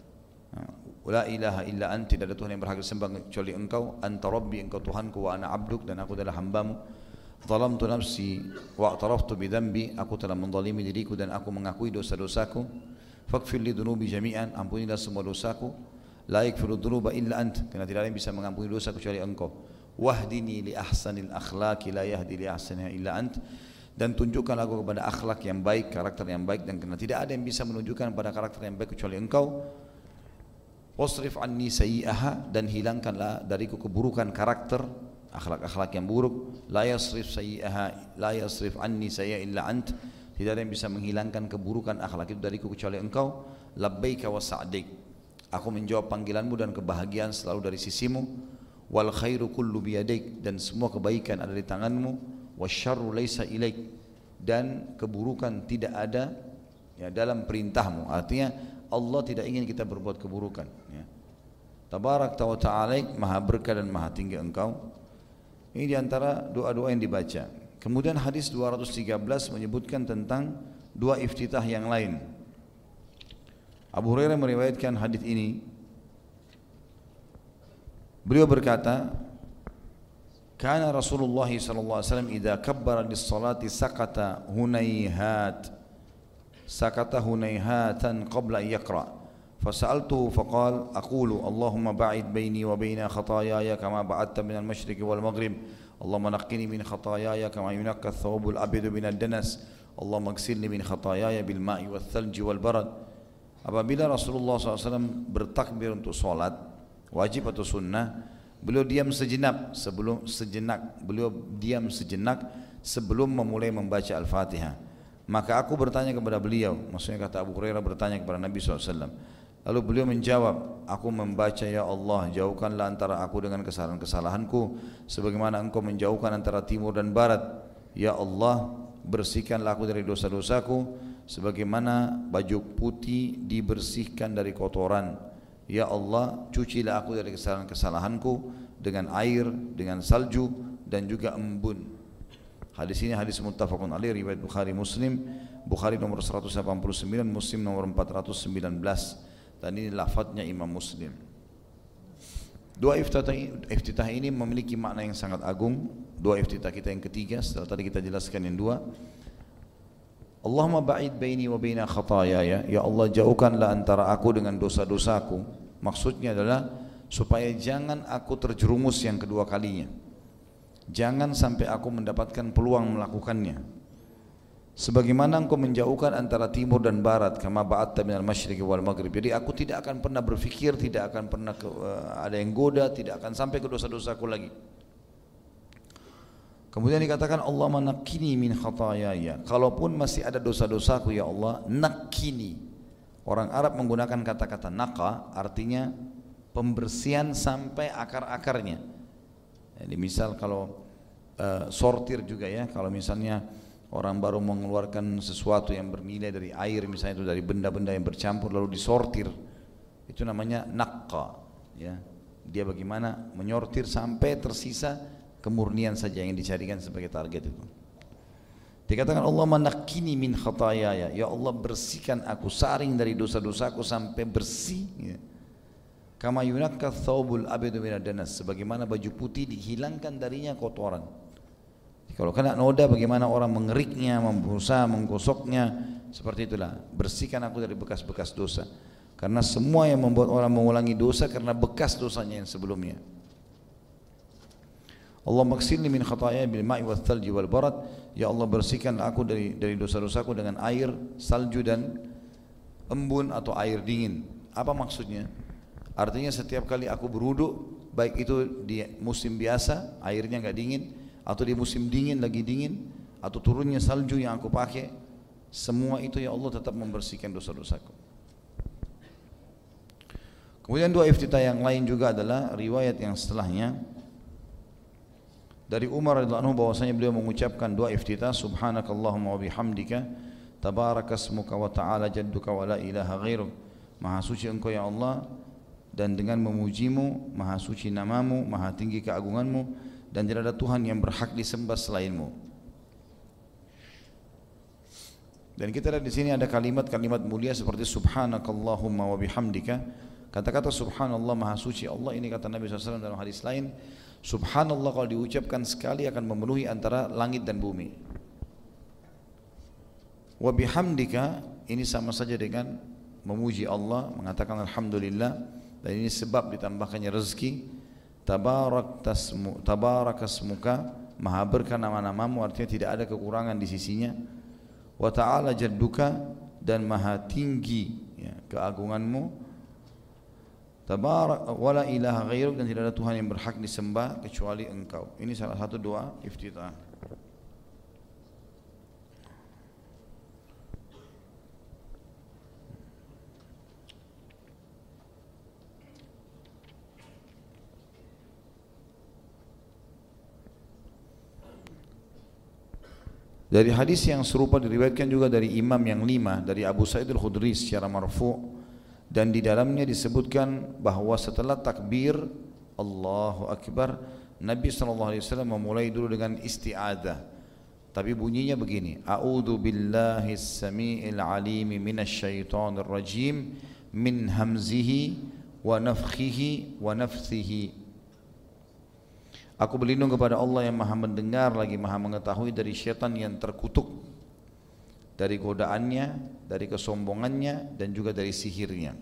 la ilaha illa anta, tidak ada Tuhan yang berhak disembah kecuali engkau, anta rabbi, engkau Tuhanku, wa ana abduk, dan aku adalah hambamu, zalamtu nafsi wa ataraftu bidhanbi, aku telah menzalimi diriku dan aku mengakui dosa-dosaku, faghfir li dhunubi jami'an, ampunilah semua dosaku, la yaghfiru dhunuba illa ant, karena tidak ada yang bisa mengampuni dosa kecuali engkau, wahdini li ahsanil akhlaqi la yahdi li ahsaniha illa ant, dan tunjukkanlah aku kepada akhlak yang baik, karakter yang baik, dan karena tidak ada yang bisa menunjukkan pada karakter yang baik kecuali engkau, wasrif anni sayyi'aha, dan hilangkanlah dariku keburukan karakter, akhlak-akhlak yang buruk, la yasrif sayyi'aha la yasrif anni sayyi'a illa ant, tidak ada yang bisa menghilangkan keburukan akhlak itu dariku kecuali engkau, labbaika wa sa'dik, aku menjawab panggilanmu dan kebahagiaan selalu dari sisimu, wal khairu kullu biyadik, dan semua kebaikan ada di tanganmu, wasyarru laisa ilaik, dan keburukan tidak ada, ya, dalam perintahmu. Artinya Allah tidak ingin kita berbuat keburukan, ya. Tabarakta wa ta'ala, maha berkah dan maha tinggi engkau. Ini diantara doa-doa yang dibaca. Kemudian hadis dua ratus tiga belas menyebutkan tentang doa iftitah yang lain. Abu Hurairah meriwayatkan hadis ini. Beliau berkata, kana Rasulullah sallallahu alaihi wasallam idza kabbara lis-salati sakata hunayhat sakata hunayhatan qabla an yaqra, fasa'altuhu faqala aqulu Allahumma ba'id baini wa baina khataayaya kama ba'adta min al-masyriqi wal maghrib, Allahumma naqqini min khataayaya kama yunaqqa ath-thawbu al-abyadu min ad-danas, Allahumma ighsilni min khataayaya bil ma'i wal thalji wal barad. Apabila Rasulullah shallallahu alaihi wasallam bertakbir untuk solat wajib atau sunnah, beliau diam sejenak sebelum sejenak beliau diam sejenak sebelum memulai membaca Al-Fatihah. Maka aku bertanya kepada beliau, maksudnya kata Abu Hurairah bertanya kepada Nabi shallallahu alaihi wasallam. Lalu beliau menjawab, aku membaca, ya Allah, jauhkanlah antara aku dengan kesalahan-kesalahanku sebagaimana engkau menjauhkan antara timur dan barat. Ya Allah, bersihkanlah aku dari dosa-dosaku sebagaimana baju putih dibersihkan dari kotoran. Ya Allah, cucilah aku dari kesalahan-kesalahanku dengan air, dengan salju dan juga embun. Hadis ini hadis muttafaqun alaih, riwayat Bukhari Muslim. Bukhari nomor seratus delapan puluh sembilan, Muslim nomor empat ratus sembilan belas. Dan ini lafadznya Imam Muslim. Doa iftitah ini memiliki makna yang sangat agung. Doa iftitah kita yang ketiga setelah tadi kita jelaskan yang dua. Allahumma ba'id baini wa baina khataayaya. Ya Allah, jauhkanlah antara aku dengan dosa-dosaku. Maksudnya adalah supaya jangan aku terjerumus yang kedua kalinya. Jangan sampai aku mendapatkan peluang melakukannya. Sebagaimana engkau menjauhkan antara timur dan barat, kama ba'adta minal masyriqi wal maghrib. Jadi aku tidak akan pernah berfikir, tidak akan pernah ke, uh, ada yang goda, tidak akan sampai ke dosa-dosaku lagi. Kemudian dikatakan Allah naqqini min khataayaya. Kalaupun masih ada dosa-dosaku ya Allah, naqqini. Orang Arab menggunakan kata-kata naqa, artinya pembersihan sampai akar-akarnya. Jadi misal kalau uh, sortir juga ya, kalau misalnya orang baru mengeluarkan sesuatu yang bernilai dari air, misalnya itu dari benda-benda yang bercampur lalu disortir, itu namanya naqqa, ya. Dia bagaimana menyortir sampai tersisa kemurnian saja yang dicarikan sebagai target itu. Dikatakan Allah naqqini min khataayaya, ya Allah bersihkan aku, saring dari dosa-dosaku sampai bersih, ya. Kama yunakka thawbul abyadu minad danas, sebagaimana baju putih dihilangkan darinya kotoran. Kalau kena noda bagaimana orang mengeriknya, berusaha menggosoknya, seperti itulah. Bersihkan aku dari bekas-bekas dosa. Karena semua yang membuat orang mengulangi dosa karena bekas dosanya yang sebelumnya. Allah maghsilni min khataaya bil ma'i wal thalji wal barad. Ya Allah, bersihkan aku dari dari dosa-dosaku dengan air, salju dan embun atau air dingin. Apa maksudnya? Artinya setiap kali aku berwudu, baik itu di musim biasa airnya enggak dingin, atau di musim dingin lagi dingin, atau turunnya salju yang aku pakai, semua itu ya Allah tetap membersihkan dosa-dosaku. Kemudian doa iftitah yang lain juga adalah riwayat yang setelahnya dari Umar radhiyallahu anhu, bahwasanya beliau mengucapkan doa iftitah, subhanakallahumma wa bihamdika tabarakasmuka wa ta'ala jadduka wa la ilaha ghairuk. Maha suci engkau ya Allah, dan dengan memujimu, maha suci namamu, maha tinggi keagunganmu, dan tidak ada Tuhan yang berhak disembah selainmu. Dan kita lihat di sini ada kalimat-kalimat mulia seperti subhanakallahumma wa bihamdika. Kata-kata subhanallah, maha suci Allah, ini kata Nabi shallallahu alaihi wasallam dalam hadis lain, subhanallah kalau diucapkan sekali akan memenuhi antara langit dan bumi. Wa bihamdika, ini sama saja dengan memuji Allah, mengatakan alhamdulillah, dan ini sebab ditambahkannya rezeki. Tabarak tasmu, tabarakasmuka, maha berkah nama-namamu, artinya tidak ada kekurangan di sisinya. Wa ta'ala jadduka, dan maha tinggi, ya, keagunganmu. Tabarak wala ilaha ghairuk, dan tidak ada Tuhan yang berhak disembah kecuali engkau. Ini salah satu doa iftitah. Dari hadis yang serupa diriwayatkan juga dari imam yang lima, dari Abu Sa'id Al-Khudri secara marfu', dan di dalamnya disebutkan bahwa setelah takbir Allahu Akbar, Nabi sallallahu alaihi wasallam memulai dulu dengan isti'adzah. Tapi bunyinya begini, a'udzu billahi as-sami'il 'alim minasyaitonir rajim min hamzihi wa nafthihi wa nafthihi. Aku berlindung kepada Allah yang maha mendengar lagi maha mengetahui dari syaitan yang terkutuk, dari godaannya, dari kesombongannya, dan juga dari sihirnya.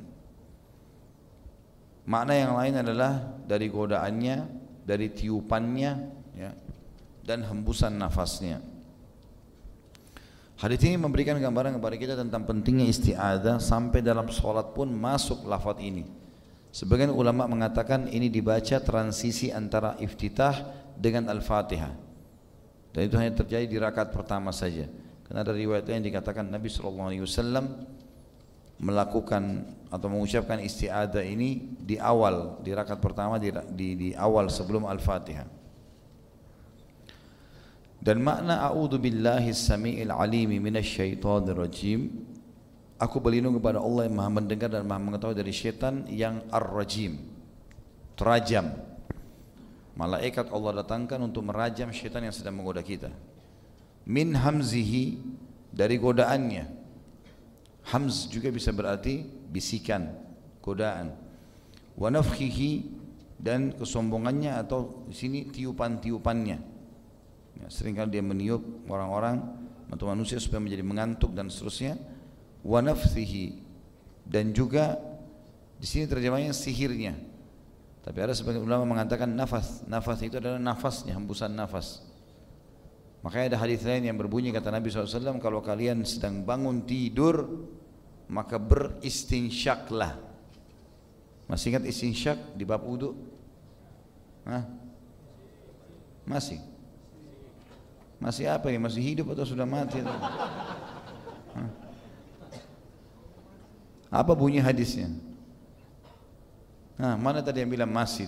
Makna yang lain adalah dari godaannya, dari tiupannya, ya, dan hembusan nafasnya. Hadis ini memberikan gambaran kepada kita tentang pentingnya isti'adzah, sampai dalam sholat pun masuk lafaz ini. Sebagian ulama mengatakan ini dibaca transisi antara iftitah dengan Al-Fatihah, dan itu hanya terjadi di rakaat pertama saja. Karena ada riwayat lain dikatakan Nabi shallallahu alaihi wasallam melakukan atau mengucapkan isti'adzah ini di awal, di rakaat pertama, di, di, di awal sebelum Al-Fatihah. Dan makna a'udzu billahi as-sami'il 'alimi minasyaitonir rajim, aku berlindung kepada Allah yang Maha mendengar dan Maha mengetahui dari syaitan yang ar-rajim, terajam. Malaikat Allah datangkan untuk merajam syaitan yang sedang menggoda kita. Min hamzihi, dari godaannya. Hamz juga bisa berarti bisikan, godaan. Wa nafkhihi, dan kesombongannya atau di sini tiupan-tiupannya. Ya, seringkali dia meniup orang-orang atau manusia supaya menjadi mengantuk dan seterusnya. Wa nafthihi, dan juga di sini terjemahnya sihirnya. Tapi ada sebagian ulama mengatakan nafas. Nafas itu adalah nafasnya, hembusan nafas. Makanya ada hadis lain yang berbunyi, kata Nabi shallallahu alaihi wasallam, kalau kalian sedang bangun tidur maka beristinsyaklah. Masih ingat istinsyak di bab wudu? Hah? Masih? Masih apa ini? Masih hidup atau sudah mati? Hah? Apa bunyi hadisnya? Nah, mana tadi yang bilang masih?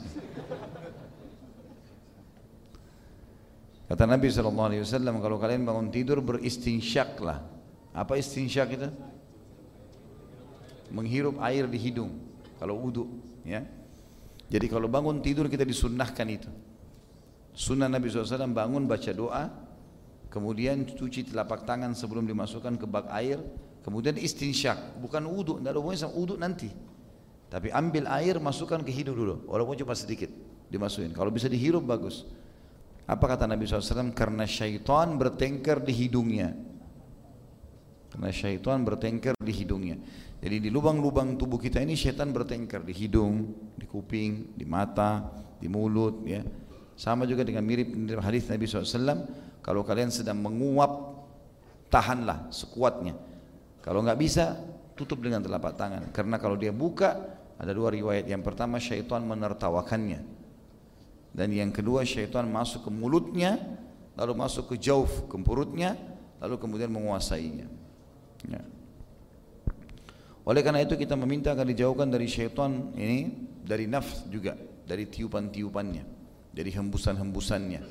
Kata Nabi shallallahu alaihi wasallam, kalau kalian bangun tidur beristinsyaklah. Apa istinsyak itu? Menghirup air di hidung kalau wudu, ya. Jadi kalau bangun tidur kita disunnahkan itu. Sunnah Nabi shallallahu alaihi wasallam, bangun baca doa, kemudian cuci telapak tangan sebelum dimasukkan ke bak air, kemudian istinsyak. Bukan wudu, tidak ada hubungannya sama wudu nanti. Tapi ambil air, masukkan ke hidung dulu, walaupun cuma sedikit dimasukin. Kalau bisa dihirup bagus. Apa kata Nabi shallallahu alaihi wasallam? Karena syaitan bertengkar di hidungnya. Karena syaitan bertengkar di hidungnya. Jadi di lubang-lubang tubuh kita ini syaitan bertengkar, di hidung, di kuping, di mata, di mulut, ya. Sama juga dengan mirip hadis Nabi shallallahu alaihi wasallam, kalau kalian sedang menguap, tahanlah sekuatnya. Kalau nggak bisa, tutup dengan telapak tangan. Karena kalau dia buka, ada dua riwayat. Yang pertama, syaitan menertawakannya, dan yang kedua, syaitan masuk ke mulutnya, lalu masuk ke jauf, ke perutnya, lalu kemudian menguasainya, ya. Oleh karena itu kita meminta agar dijauhkan dari syaitan ini, dari nafs juga, dari tiupan-tiupannya, dari hembusan-hembusannya.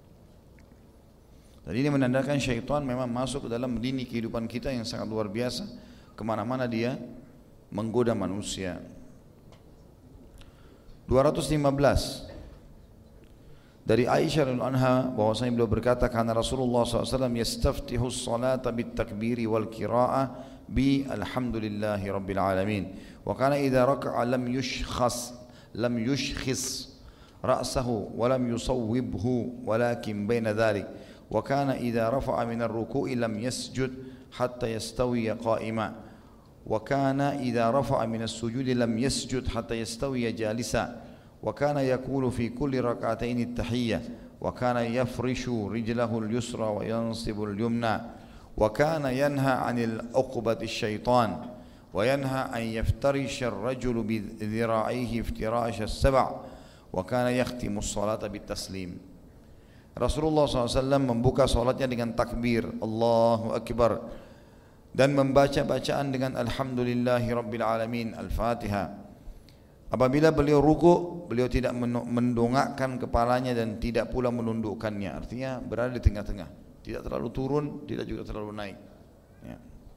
Dan ini menandakan syaitan memang masuk ke dalam lini kehidupan kita yang sangat luar biasa. Kemana-mana dia menggoda manusia. dua ratus lima belas dari Aisyah radhiyallahu anha bahwasanya beliau berkata, karena Rasulullah shallallahu alaihi wasallam yastaftihu as-salata bit-takbiri wal qira'ah bi alhamdulillahi rabbil alamin, wa kana idza raka'a lam yushkhas lam yushkhis ra'sahu wa lam yusawwibhu walakin baina dhalik, wa kana idza rafa'a min ar-ruku'i lam yasjud hatta yastawiya qa'ima, wa kana idza rafa'a min as-sujudi lam yasjud hatta yastawiya jalisa, wa kana yaqulu fi kulli rak'atayn at-tahiyyah, wa kana yafrishu rijlahu al-yusra wa yansibu al-yumna, wa kana yanha 'anil 'uqbati asy-syaitan, wa yanha an yaftarisha ar-rajulu bi dhira'ihi iftirash as-sab', wa kana yakhtimu as-salata bit-taslim. Rasulullah shallallahu alaihi wasallam membuka salatnya dengan takbir Allahu Akbar dan membaca bacaan dengan alhamdulillahi rabbil alamin, al-Fatihah. Apabila beliau ruku, beliau tidak mendongakkan kepalanya dan tidak pula menundukkannya. Artinya berada di tengah-tengah, tidak terlalu turun, tidak juga terlalu naik, ya.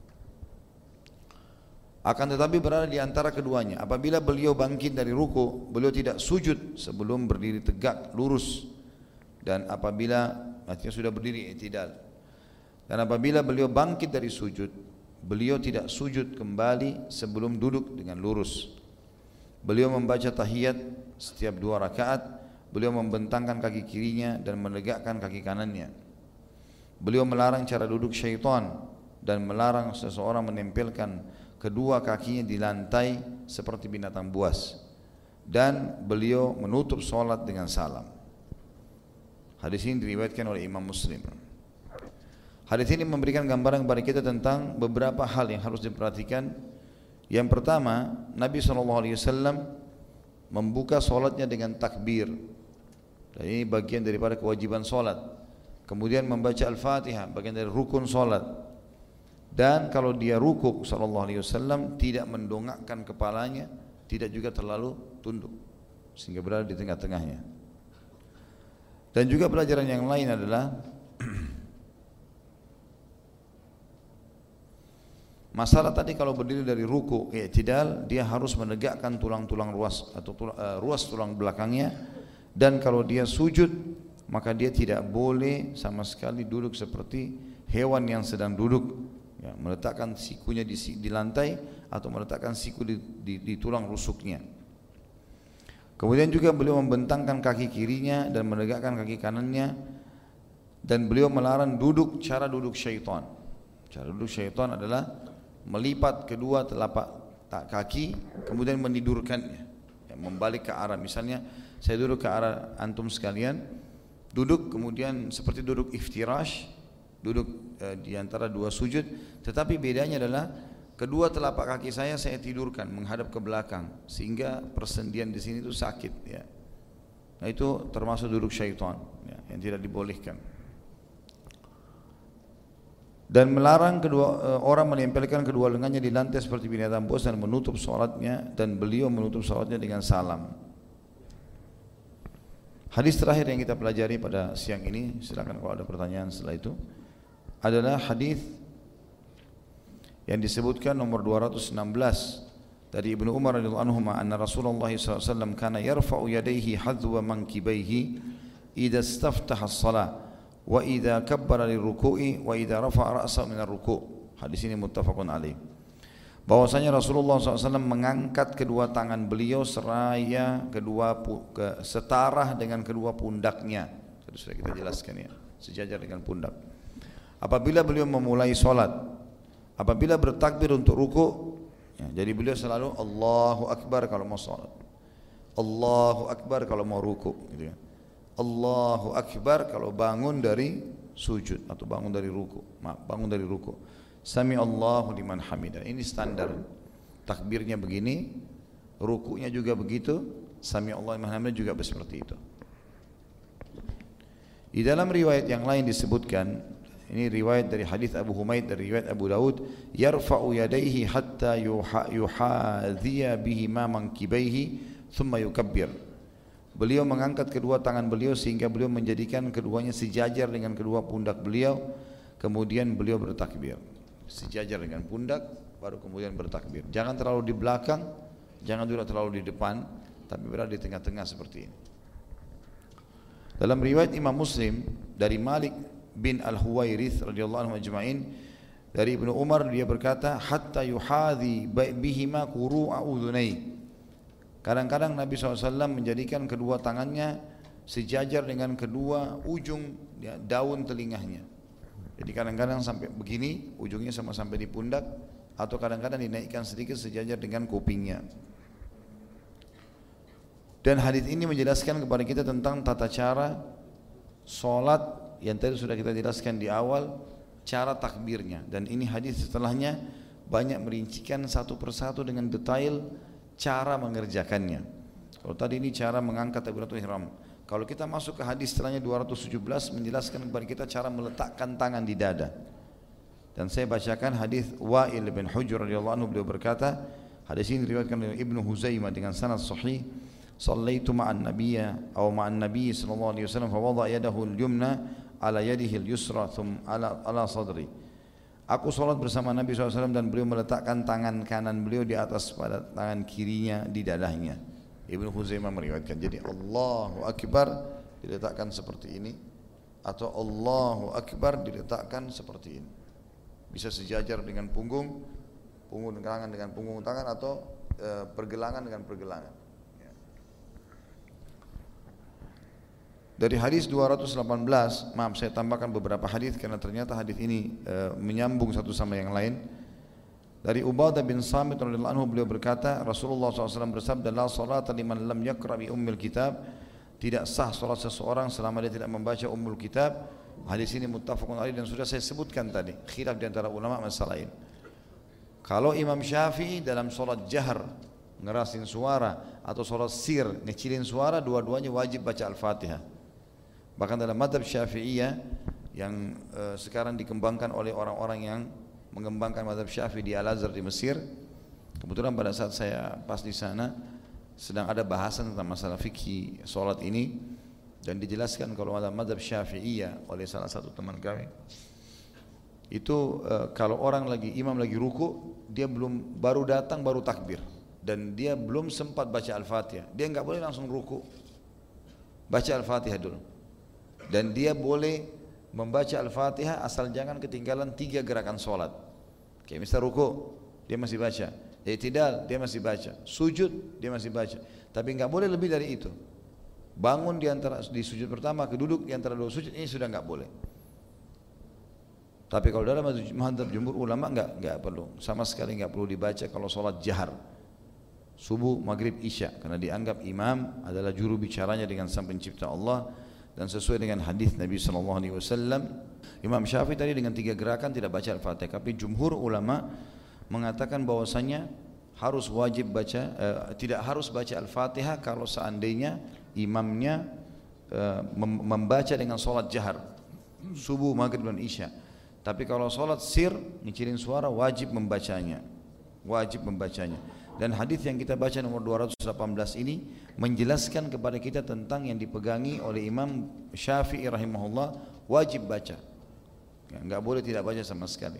Akan tetapi berada di antara keduanya. Apabila beliau bangkit dari ruku, beliau tidak sujud sebelum berdiri tegak lurus. Dan apabila artinya sudah berdiri i'tidal. Dan apabila beliau bangkit dari sujud, beliau tidak sujud kembali sebelum duduk dengan lurus. Beliau membaca tahiyat setiap dua rakaat. Beliau membentangkan kaki kirinya dan menegakkan kaki kanannya. Beliau melarang cara duduk syaitan dan melarang seseorang menempelkan kedua kakinya di lantai seperti binatang buas. Dan beliau menutup solat dengan salam. Hadis ini diriwayatkan oleh Imam Muslim. Hadis ini memberikan gambaran kepada kita tentang beberapa hal yang harus diperhatikan. Yang pertama, Nabi shallallahu alaihi wasallam membuka solatnya dengan takbir. Dan ini bagian daripada kewajiban solat. Kemudian membaca Al-Fatihah, bagian dari rukun solat. Dan kalau dia rukuk shallallahu alaihi wasallam tidak mendongakkan kepalanya, tidak juga terlalu tunduk, sehingga berada di tengah-tengahnya. Dan juga pelajaran yang lain adalah masalah tadi kalau berdiri dari ruku i'tidal, dia harus menegakkan tulang-tulang ruas atau tulang, uh, ruas tulang belakangnya. Dan kalau dia sujud, maka dia tidak boleh sama sekali duduk seperti hewan yang sedang duduk, ya, meletakkan sikunya di, di lantai atau meletakkan siku di, di, di tulang rusuknya. Kemudian juga beliau membentangkan kaki kirinya dan menegakkan kaki kanannya. Dan beliau melarang duduk cara duduk syaitan. Cara duduk syaitan adalah melipat kedua telapak kaki kemudian menidurkannya, ya, membalik ke arah. Misalnya saya duduk ke arah antum sekalian, duduk kemudian seperti duduk iftirash, duduk eh, di antara dua sujud, tetapi bedanya adalah kedua telapak kaki saya saya tidurkan menghadap ke belakang sehingga persendian di sini itu sakit, ya. Nah itu termasuk duduk syaitan, ya, yang tidak dibolehkan. Dan melarang kedua orang menempelkan kedua lengannya di lantai seperti binatang buas dan menutup sholatnya, dan beliau menutup sholatnya dengan salam. Hadis terakhir yang kita pelajari pada siang ini, silakan kalau ada pertanyaan setelah itu, adalah hadis yang disebutkan nomor dua ratus enam belas dari Ibnu Umar radhiyallahu anhu, anna Rasulullah sallallahu alaihi wasallam kana yarfa'u yadayhi hadwa mankibaihi idza istaftaha as-shalah wa idza kabbara liruku'i wa idza rafa'a ra'sahu min ar-ruku'. Hadis ini muttafaqun alaih. Bahwasanya Rasulullah shallallahu alaihi wasallam mengangkat kedua tangan beliau seraya kedua ke, setara dengan kedua pundaknya. Tadi sudah kita jelaskan, ya, sejajar dengan pundak. Apabila beliau memulai solat, apabila bertakbir untuk ruku', ya, jadi beliau selalu Allahu Akbar kalau mau solat, Allahu Akbar kalau mau ruku', gitu ya. Allahu Akbar kalau bangun dari sujud atau bangun dari ruku, maaf, bangun dari ruku. Sami Allahu liman hamidah. Ini standar. Takbirnya begini, rukunya juga begitu, sami Allahu liman hamidah juga seperti itu. Di dalam riwayat yang lain disebutkan, ini riwayat dari hadis Abu Humaid dari riwayat Abu Daud, yarfa'u yadayhi hatta yuhadhiya bihima mankibaihi thumma yukabbir. Beliau mengangkat kedua tangan beliau sehingga beliau menjadikan keduanya sejajar dengan kedua pundak beliau, kemudian beliau bertakbir. Sejajar dengan pundak baru kemudian bertakbir. Jangan terlalu di belakang, jangan juga terlalu di depan, tapi berada di tengah-tengah seperti ini. Dalam riwayat Imam Muslim dari Malik bin Al-Huwairith radhiyallahu anhu ajma'in, dari Ibnu Umar dia berkata, hatta yuhadhi bihima quru'a udhunai. Kadang-kadang Nabi shallallahu alaihi wasallam menjadikan kedua tangannya sejajar dengan kedua ujung, ya, daun telinganya. Jadi kadang-kadang sampai begini, ujungnya sama sampai di pundak, atau kadang-kadang dinaikkan sedikit sejajar dengan kupingnya. Dan hadis ini menjelaskan kepada kita tentang tata cara solat yang tadi sudah kita jelaskan di awal, cara takbirnya. Dan ini hadis setelahnya banyak merincikan satu persatu dengan detail cara mengerjakannya. Kalau tadi ini cara mengangkat takbiratul ihram. Kalau kita masuk ke hadis setelahnya dua ratus tujuh belas menjelaskan kepada kita cara meletakkan tangan di dada. Dan saya bacakan hadis Wa'il bin Hujr radhiyallahu anhu, beliau berkata, hadis ini diriwayatkan oleh Ibnu Huzaimah dengan sanad sahih, "Shallaitu ma'an nabiyya aw ma'an nabiy sallallahu alaihi wasallam fa wada'a yadahu al-yumna ala yadihi al-yusra thumma ala ala sadri." Aku sholat bersama Nabi shallallahu alaihi wasallam dan beliau meletakkan tangan kanan beliau di atas pada tangan kirinya di dadahnya. Ibnu Huzaimah meriwayatkan. Jadi Allahu Akbar diletakkan seperti ini, atau Allahu Akbar diletakkan seperti ini. Bisa sejajar dengan punggung, punggung tangan dengan punggung tangan, atau e, pergelangan dengan pergelangan. Ya. Dari hadis dua ratus delapan belas, maaf saya tambahkan beberapa hadis karena ternyata hadis ini e, menyambung satu sama yang lain. Dari Ubadah bin Samit radhiyallahu anhu, beliau berkata, Rasulullah shallallahu alaihi wasallam bersabda, la salata liman lam yaqra bi ummil kitab, tidak sah salat seseorang selama dia tidak membaca ummul kitab, Hadis ini muttafaqun alaih dan sudah saya sebutkan tadi, khilaf di antara ulama masalah ini. Kalau Imam Syafi'i dalam sholat jahar ngerasin suara atau sholat sir ngecilin suara, dua-duanya wajib baca Al-Fatihah. Bahkan dalam madhab Syafi'iyah yang uh, sekarang dikembangkan oleh orang-orang yang mengembangkan madhab Syafi'i di Al-Azhar di Mesir, kebetulan pada saat saya pas di sana sedang ada bahasan tentang masalah fikih sholat ini, dan dijelaskan kalau dalam madhab Syafi'iyah oleh salah satu teman kami itu uh, kalau orang lagi imam lagi ruku, dia belum baru datang baru takbir dan dia belum sempat baca Al-Fatihah, dia enggak boleh langsung ruku, baca Al-Fatihah dulu. Dan dia boleh membaca Al-Fatihah asal jangan ketinggalan tiga gerakan sholat. Kayak misal ruku dia masih baca, i'tidal dia masih baca, sujud dia masih baca, tapi enggak boleh lebih dari itu. Bangun di antara di sujud pertama ke duduk di antara dua sujud, ini sudah enggak boleh. Tapi kalau dalam mazhab jumhur ulama enggak enggak perlu, sama sekali enggak perlu dibaca kalau sholat jahar subuh, maghrib, isya, karena dianggap imam adalah juru bicaranya dengan Sang Pencipta Allah dan sesuai dengan hadis Nabi sallallahu alaihi wasallam. Imam Syafi'i tadi dengan tiga gerakan tidak baca Al-Fatihah, tapi jumhur ulama mengatakan bahwasanya harus wajib baca, eh, tidak harus baca Al-Fatihah kalau seandainya imamnya eh, membaca dengan sholat jahar subuh, maghrib dan isya. Tapi kalau sholat sir ngecilin suara wajib membacanya, wajib membacanya. Dan hadis yang kita baca nomor dua ratus delapan belas ini menjelaskan kepada kita tentang yang dipegangi oleh Imam Syafi'i rahimahullah, wajib baca, ya, enggak boleh tidak baca sama sekali.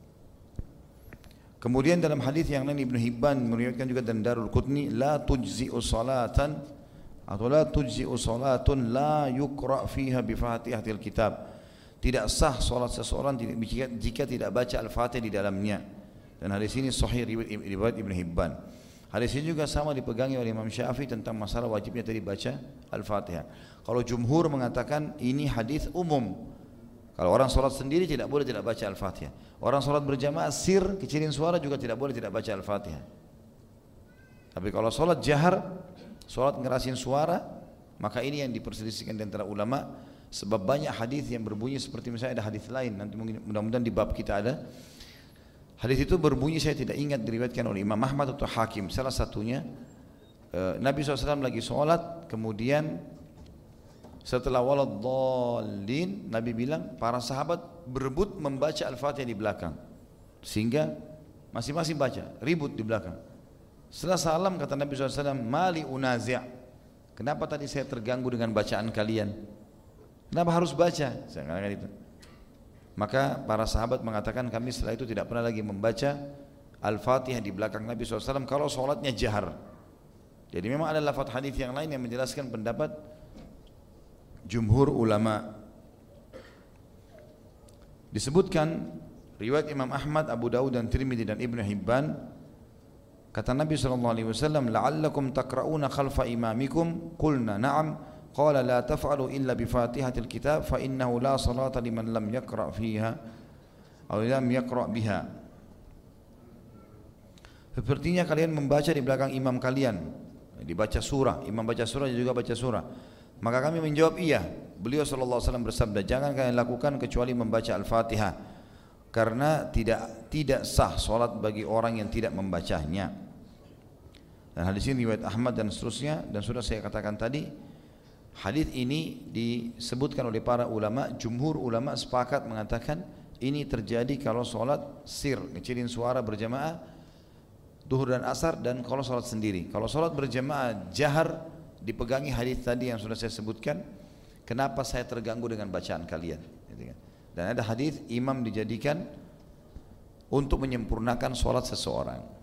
Kemudian dalam hadis yang lain Ibnu Hibban meriwayatkan juga dan Darul Qutni, la tujzi'u salatan atau la tujzi'u salatun la yuqra' fiha bi Fatihatil kitab. Tidak sah salat seseorang jika, jika tidak baca Al-Fatihah di dalamnya. Dan hadis ini sahih riwayat Ibnu Hibban. Hadis ini juga sama dipegangi oleh Imam Syafi'i tentang masalah wajibnya tadi baca Al-Fatihah. Kalau jumhur mengatakan ini hadis umum. Kalau orang sholat sendiri tidak boleh tidak baca Al-Fatihah. Orang sholat berjamaah sir kecilin suara juga tidak boleh tidak baca Al-Fatihah. Tapi kalau sholat jahar, sholat ngerasin suara, maka ini yang diperselisihkan di antara ulama. Sebab banyak hadis yang berbunyi seperti misalnya ada hadis lain, nanti mungkin mudah-mudahan di bab kita ada. Hadis itu berbunyi, saya tidak ingat diriwayatkan oleh Imam Ahmad atau Hakim, salah satunya Nabi shallallahu alaihi wasallam lagi sholat, kemudian setelah waladhdallin Nabi bilang para sahabat berebut membaca Al-Fatihah di belakang, sehingga masing-masing baca, ribut di belakang. Setelah salam kata Nabi shallallahu alaihi wasallam, mali unazi', kenapa tadi saya terganggu dengan bacaan kalian, kenapa harus baca, saya katakan itu. Maka para sahabat mengatakan kami setelah itu tidak pernah lagi membaca Al-Fatihah di belakang Nabi shallallahu alaihi wasallam kalau sholatnya jahar. Jadi memang ada lafaz hadis yang lain yang menjelaskan pendapat jumhur ulama. Disebutkan riwayat Imam Ahmad, Abu Dawud dan Tirmidzi dan Ibnu Hibban, kata Nabi shallallahu alaihi wasallam, la'allakum taqra'una khalfa imamikum, qulna na'am. Qala la taf'alu illa bi Fatihatil kitab fa innahu la salata liman lam yaqra' fiha atau lam yaqra' biha. Sepertinya kalian membaca di belakang imam kalian, dibaca surah, imam baca surah juga baca surah. Maka kami menjawab iya. Beliau sallallahu alaihi wasallam bersabda, jangan kalian lakukan kecuali membaca Al-Fatihah, karena tidak tidak sah salat bagi orang yang tidak membacanya. Dan hadis ini riwayat Ahmad dan seterusnya, dan sudah saya katakan tadi, hadis ini disebutkan oleh para ulama. Jumhur ulama sepakat mengatakan ini terjadi kalau sholat sir, ngecilin suara berjamaah duhur dan asar, dan kalau sholat sendiri. Kalau sholat berjamaah jahar dipegangi hadis tadi yang sudah saya sebutkan, kenapa saya terganggu dengan bacaan kalian. Dan ada hadis imam dijadikan untuk menyempurnakan sholat seseorang.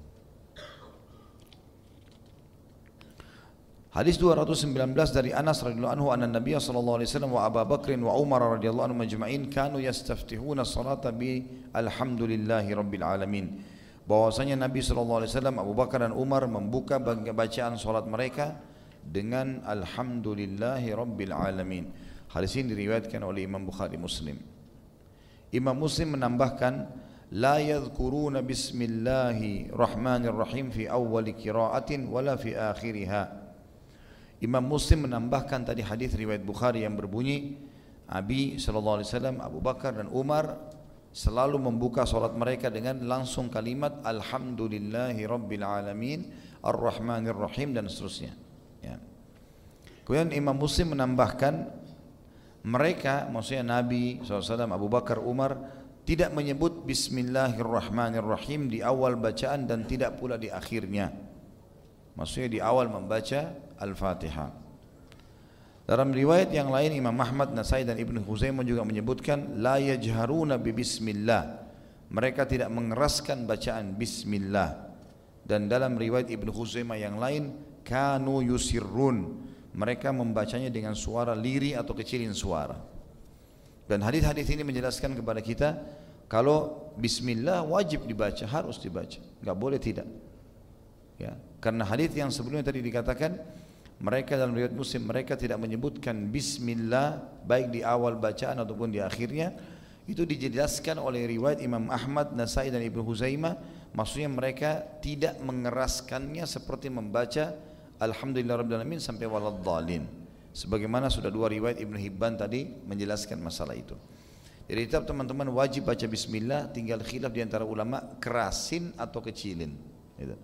Hadis dua ratus sembilan belas dari Anas radhiyallahu anhu, anna Nabiy sallallahu alaihi wasallam wa Abu Bakr wa Umar radhiyallahu anhum majma'in kanu yastaftihuna salata bi alhamdulillahi rabbil alamin. Bahwasanya Nabi sallallahu alaihi wasallam, Abu Bakar dan Umar membuka bacaan salat mereka dengan alhamdulillahi rabbil alamin. Hadis ini diriwayatkan oleh Imam Bukhari Muslim. Imam Muslim menambahkan la yadhkuruna bismillahirrahmanirrahim fi awwali qira'atin wala fi akhiriha. Imam Muslim menambahkan tadi hadis riwayat Bukhari yang berbunyi Nabi shallallahu alaihi wasallam, Abu Bakar dan Umar selalu membuka salat mereka dengan langsung kalimat Alhamdulillahi Rabbil Alamin Ar-Rahmanir Rahim dan seterusnya. Ya. Kemudian Imam Muslim menambahkan mereka, maksudnya Nabi shallallahu alaihi wasallam, Abu Bakar, Umar tidak menyebut Bismillahirrahmanirrahim di awal bacaan dan tidak pula di akhirnya. Maksudnya di awal membaca Al-Fatihah. Dalam riwayat yang lain Imam Ahmad, Nasai dan Ibnu Khuzaimah juga menyebutkan la yajharuna bi bismillah. Mereka tidak mengeraskan bacaan bismillah. Dan dalam riwayat Ibnu Khuzaimah yang lain kanu yusirrun. Mereka membacanya dengan suara lirih atau kecilin suara. Dan hadis-hadis ini menjelaskan kepada kita kalau bismillah wajib dibaca, harus dibaca, enggak boleh tidak. Ya, karena hadis yang sebelumnya tadi dikatakan mereka dalam riwayat Muslim mereka tidak menyebutkan bismillah baik di awal bacaan ataupun di akhirnya. Itu dijelaskan oleh riwayat Imam Ahmad, Nasai dan Ibnu Huzaimah. Maksudnya mereka tidak mengeraskannya seperti membaca Alhamdulillah Rabbil Alamin sampai waladhdallin. Sebagaimana sudah dua riwayat Ibnu Hibban tadi menjelaskan masalah itu. Jadi tetap teman-teman wajib baca bismillah, tinggal khilaf di antara ulama kerasin atau kecilin. Gitu.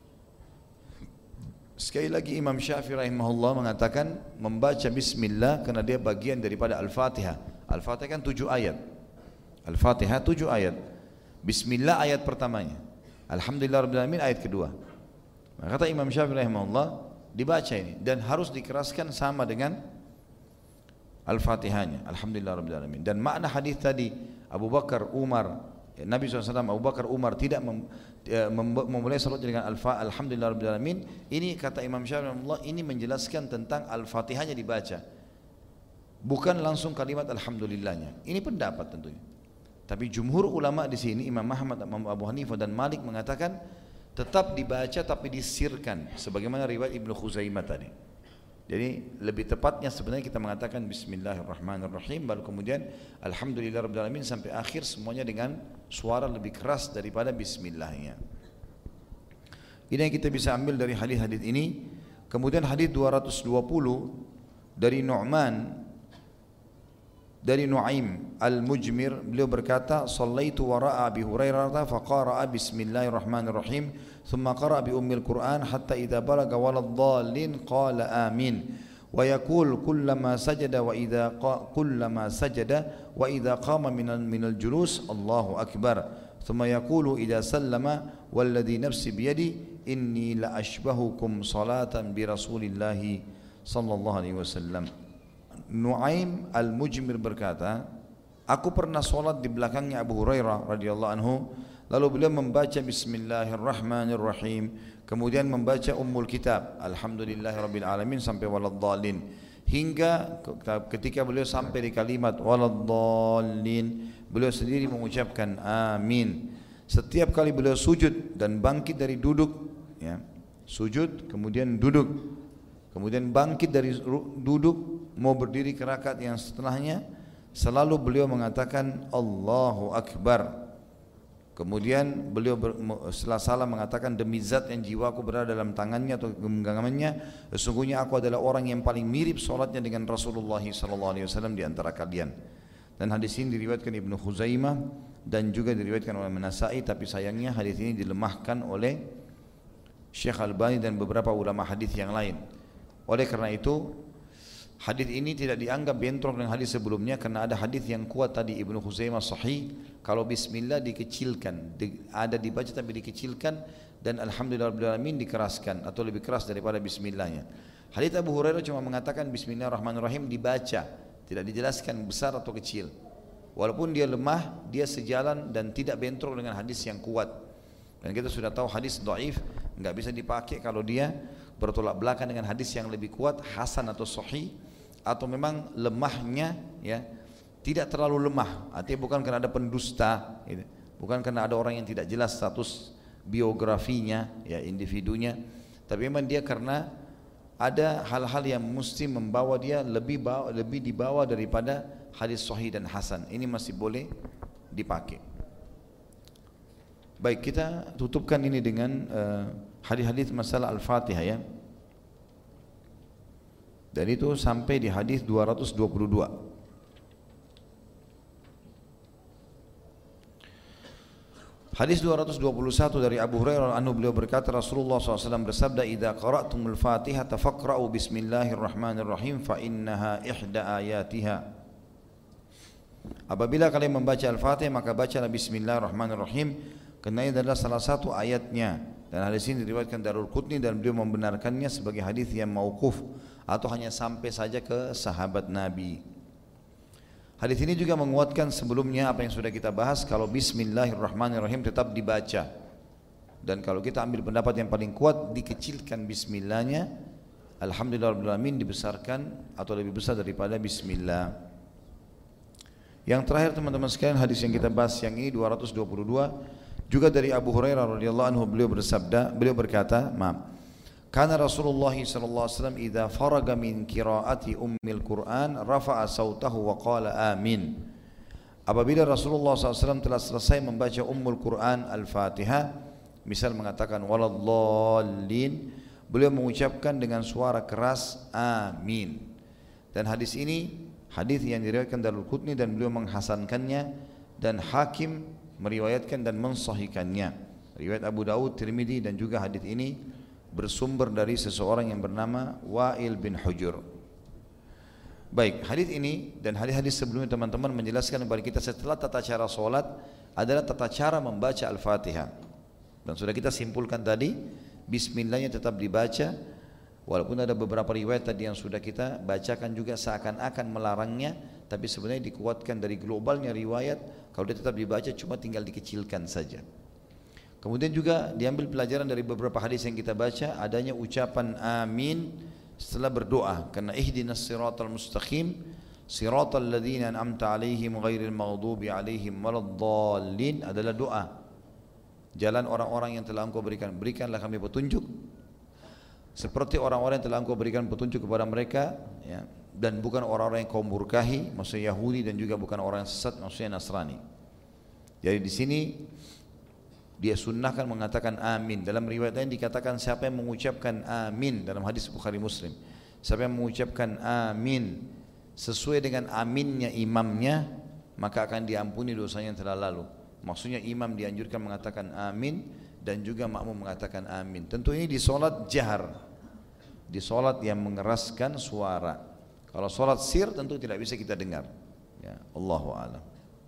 Sekali lagi Imam Syafi'i rahimahullah mengatakan membaca bismillah karena dia bagian daripada Al-Fatihah. Al-Fatihah kan tujuh ayat. Al-Fatihah tujuh ayat. Bismillah ayat pertamanya. Alhamdulillah Rabbil Alamin ayat kedua. Maka kata Imam Syafi'i rahimahullah dibaca ini dan harus dikeraskan sama dengan Al-Fatihahnya. Alhamdulillah Rabbil Alamin. Dan makna hadis tadi Abu Bakar, Umar, Nabi shallallahu alaihi wasallam, Abu Bakar, Umar tidak mem, mem, memulai salat dengan Alhamdulillah Rabbil Alamin. Ini kata Imam Syafi'i rahimahullah ini menjelaskan tentang Al-Fatihahnya dibaca, bukan langsung kalimat Alhamdulillahnya. Ini pendapat tentunya. Tapi jumhur ulama di sini Imam Ahmad, Imam Abu Hanifah dan Malik mengatakan tetap dibaca tapi disirkan, sebagaimana riwayat Ibnu Khuzaimah tadi. Jadi lebih tepatnya sebenarnya kita mengatakan Bismillahirrahmanirrahim baru kemudian Alhamdulillah Rabbil Alamin sampai akhir semuanya dengan suara lebih keras daripada Bismillahnya. Ini yang kita bisa ambil dari hadis-hadis ini. Kemudian hadis dua ratus dua puluh dari Nu'man dari Nu'aim Al-Mujmir, beliau berkata sallaitu wara'a Abi Hurairah faqara'a Bismillahirrahmanirrahim thumma qara'a bi ummil Qur'an hatta idza balaga waladdallin qala amin wa yaqul kullama sajada wa idza kullama sajada wa idza qama minal minal julus Allahu akbar thumma yaqulu idza sallama walladhi nafsi biyadi inni la ashbahukum salatan bi Rasulillahi sallallahu alaihi wasallam. Nu'aim Al-Mujmir berkata, aku pernah solat di belakangnya Abu Hurairah radhiyallahu anhu, lalu beliau membaca Bismillahirrahmanirrahim, kemudian membaca Ummul Kitab, Alhamdulillahirabbil alamin sampai waladdallin, hingga ketika beliau sampai di kalimat waladdallin, beliau sendiri mengucapkan amin. Setiap kali beliau sujud dan bangkit dari duduk, ya, sujud kemudian duduk, kemudian bangkit dari duduk mau berdiri ke rakaat yang setelahnya, selalu beliau mengatakan Allahu Akbar. Kemudian beliau ber, setelah salam mengatakan demi zat yang jiwaku berada dalam tangannya atau genggamannya, sesungguhnya aku adalah orang yang paling mirip solatnya dengan Rasulullah sallallahu alaihi wasallam di antara kalian. Dan hadis ini diriwayatkan Ibnu Khuzaimah dan juga diriwayatkan oleh An-Nasa'i, tapi sayangnya hadis ini dilemahkan oleh Syekh Albani dan beberapa ulama hadis yang lain. Oleh karena itu hadis ini tidak dianggap bentrok dengan hadis sebelumnya, karena ada hadis yang kuat tadi Ibnu Khuzaimah sahih kalau bismillah dikecilkan, di, ada dibaca tapi dikecilkan, dan alhamdulillah alamin dikeraskan atau lebih keras daripada bismillahnya. Hadis Abu Hurairah cuma mengatakan bismillahirrahmanirrahim dibaca, tidak dijelaskan besar atau kecil. Walaupun dia lemah, dia sejalan dan tidak bentrok dengan hadis yang kuat. Dan kita sudah tahu hadis dhaif enggak bisa dipakai kalau dia bertolak belakang dengan hadis yang lebih kuat, hasan atau sahih, atau memang lemahnya ya tidak terlalu lemah. Artinya bukan karena ada pendusta, gitu. Bukan karena ada orang yang tidak jelas status biografinya, ya individunya, tapi memang dia karena ada hal-hal yang mesti membawa dia lebih bawa, lebih dibawa daripada hadis sahih dan hasan. Ini masih boleh dipakai. Baik, kita tutupkan ini dengan uh, hadis-hadis masalah Al-Fatihah ya. Dan itu sampai di hadis dua ratus dua puluh dua. Hadis dua ratus dua puluh satu dari Abu Hurairah anhu, beliau berkata Rasulullah shallallahu alaihi wasallam bersabda, "Idza qara'tumul Fatihah faqra'u bismillahirrahmanirrahim fa innaha ihda ayatiha." Apabila kalian membaca Al-Fatihah maka bacalah bismillahirrahmanirrahim, karena ini adalah salah satu ayatnya. Dan hadis ini diriwayatkan Darul Qutni dan beliau membenarkannya sebagai hadis yang mauquf atau hanya sampai saja ke sahabat Nabi. Hadis ini juga menguatkan sebelumnya apa yang sudah kita bahas, kalau bismillahirrahmanirrahim tetap dibaca. Dan kalau kita ambil pendapat yang paling kuat, dikecilkan bismillahnya, alhamdulillahirabbil alamin dibesarkan atau lebih besar daripada bismillah. Yang terakhir teman-teman sekalian, hadis yang kita bahas yang ini dua ratus dua puluh dua juga dari Abu Hurairah radhiyallahu anhu, beliau bersabda, beliau berkata, maaf. Kana Rasulullah sallallahu alaihi wasallam idza faraga min qiraati ummil Quran rafa'a sautahu wa qala amin. Apabila Rasulullah sallallahu alaihi wasallam telah selesai membaca Ummul Quran Al-Fatihah, misal mengatakan waladhdallin, beliau mengucapkan dengan suara keras amin. Dan hadis ini hadis yang diriwayatkan Darul Qutni dan beliau menghasankannya, dan Hakim meriwayatkan dan mensahihkannya. Riwayat Abu Daud, Tirmidzi, dan juga hadis ini bersumber dari seseorang yang bernama Wa'il bin Hujur. Baik, hadis ini dan hadis-hadis sebelumnya teman-teman menjelaskan kepada kita setelah tata cara solat adalah tata cara membaca Al-Fatihah. Dan sudah kita simpulkan tadi, bismillahnya tetap dibaca, walaupun ada beberapa riwayat tadi yang sudah kita bacakan juga seakan-akan melarangnya, tapi sebenarnya dikuatkan dari globalnya riwayat, kalau dia tetap dibaca cuma tinggal dikecilkan saja. Kemudian juga diambil pelajaran dari beberapa hadis yang kita baca, adanya ucapan amin setelah berdoa, karena ihdinas siratal mustaqim siratal ladzina an'amta alaihim ghairil maghdubi alaihim waladdallin adalah doa. Jalan orang-orang yang telah Engkau berikan, berikanlah kami petunjuk seperti orang-orang yang telah Engkau berikan petunjuk kepada mereka, ya, dan bukan orang-orang yang Kau murkahi, maksudnya Yahudi, dan juga bukan orang yang sesat, maksudnya Nasrani. Jadi di sini dia sunnahkan mengatakan amin. Dalam riwayat lain dikatakan siapa yang mengucapkan amin, dalam hadis Bukhari Muslim, siapa yang mengucapkan amin sesuai dengan aminnya imamnya, maka akan diampuni dosanya yang telah lalu. Maksudnya imam dianjurkan mengatakan amin dan juga makmum mengatakan amin. Tentu ini di solat jahar, di solat yang mengeraskan suara. Kalau solat sir tentu tidak bisa kita dengar, ya, Allahu a'lam.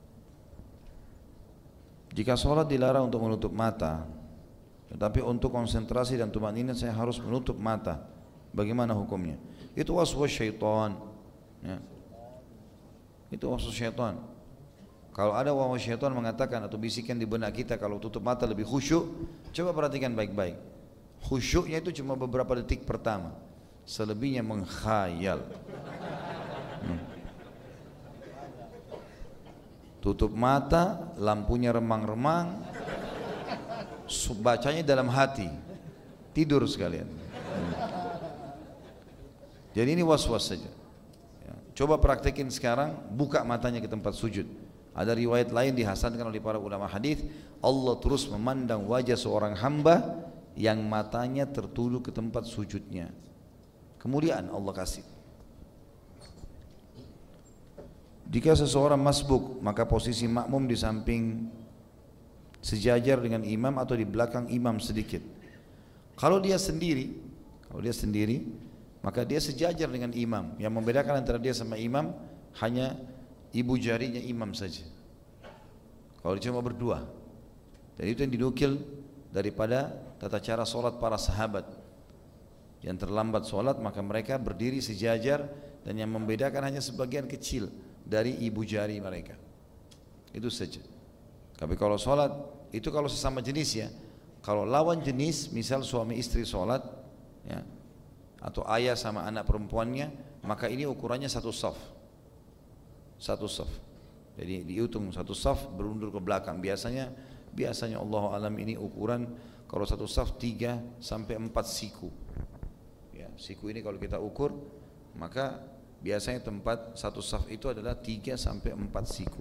Jika sholat dilarang untuk menutup mata, tetapi untuk konsentrasi dan tumanina saya harus menutup mata, bagaimana hukumnya? Itu waswas syaitan, ya. Itu waswas syaitan. Kalau ada waswas syaitan mengatakan atau bisikan di benak kita kalau tutup mata lebih khusyuk, coba perhatikan baik-baik. Khusyuknya itu cuma beberapa detik pertama, selebihnya mengkhayal. hmm. Tutup mata, lampunya remang-remang, bacanya dalam hati, tidur sekalian. Jadi ini was-was saja. Coba praktekin sekarang, buka matanya ke tempat sujud. Ada riwayat lain dihasankan oleh para ulama hadis, Allah terus memandang wajah seorang hamba yang matanya tertuju ke tempat sujudnya. Kemuliaan Allah kasih. Jika seseorang masbuk, maka posisi makmum di samping sejajar dengan imam atau di belakang imam sedikit. Kalau dia sendiri, kalau dia sendiri, maka dia sejajar dengan imam. Yang membedakan antara dia sama imam hanya ibu jarinya imam saja. Kalau dia cuma berdua. Dan itu yang dinukil daripada tata cara solat para sahabat. Yang terlambat solat maka mereka berdiri sejajar, dan yang membedakan hanya sebagian kecil dari ibu jari mereka, itu saja. Tapi kalau sholat itu kalau sesama jenis, ya. Kalau lawan jenis, misal suami istri sholat, ya, atau ayah sama anak perempuannya, maka ini ukurannya satu saf, satu saf. Jadi dihitung satu saf berundur ke belakang. Biasanya, biasanya Allah alam ini ukuran kalau satu saf tiga sampai empat siku. Ya, siku ini kalau kita ukur, maka biasanya tempat satu saf itu adalah tiga sampai empat siku.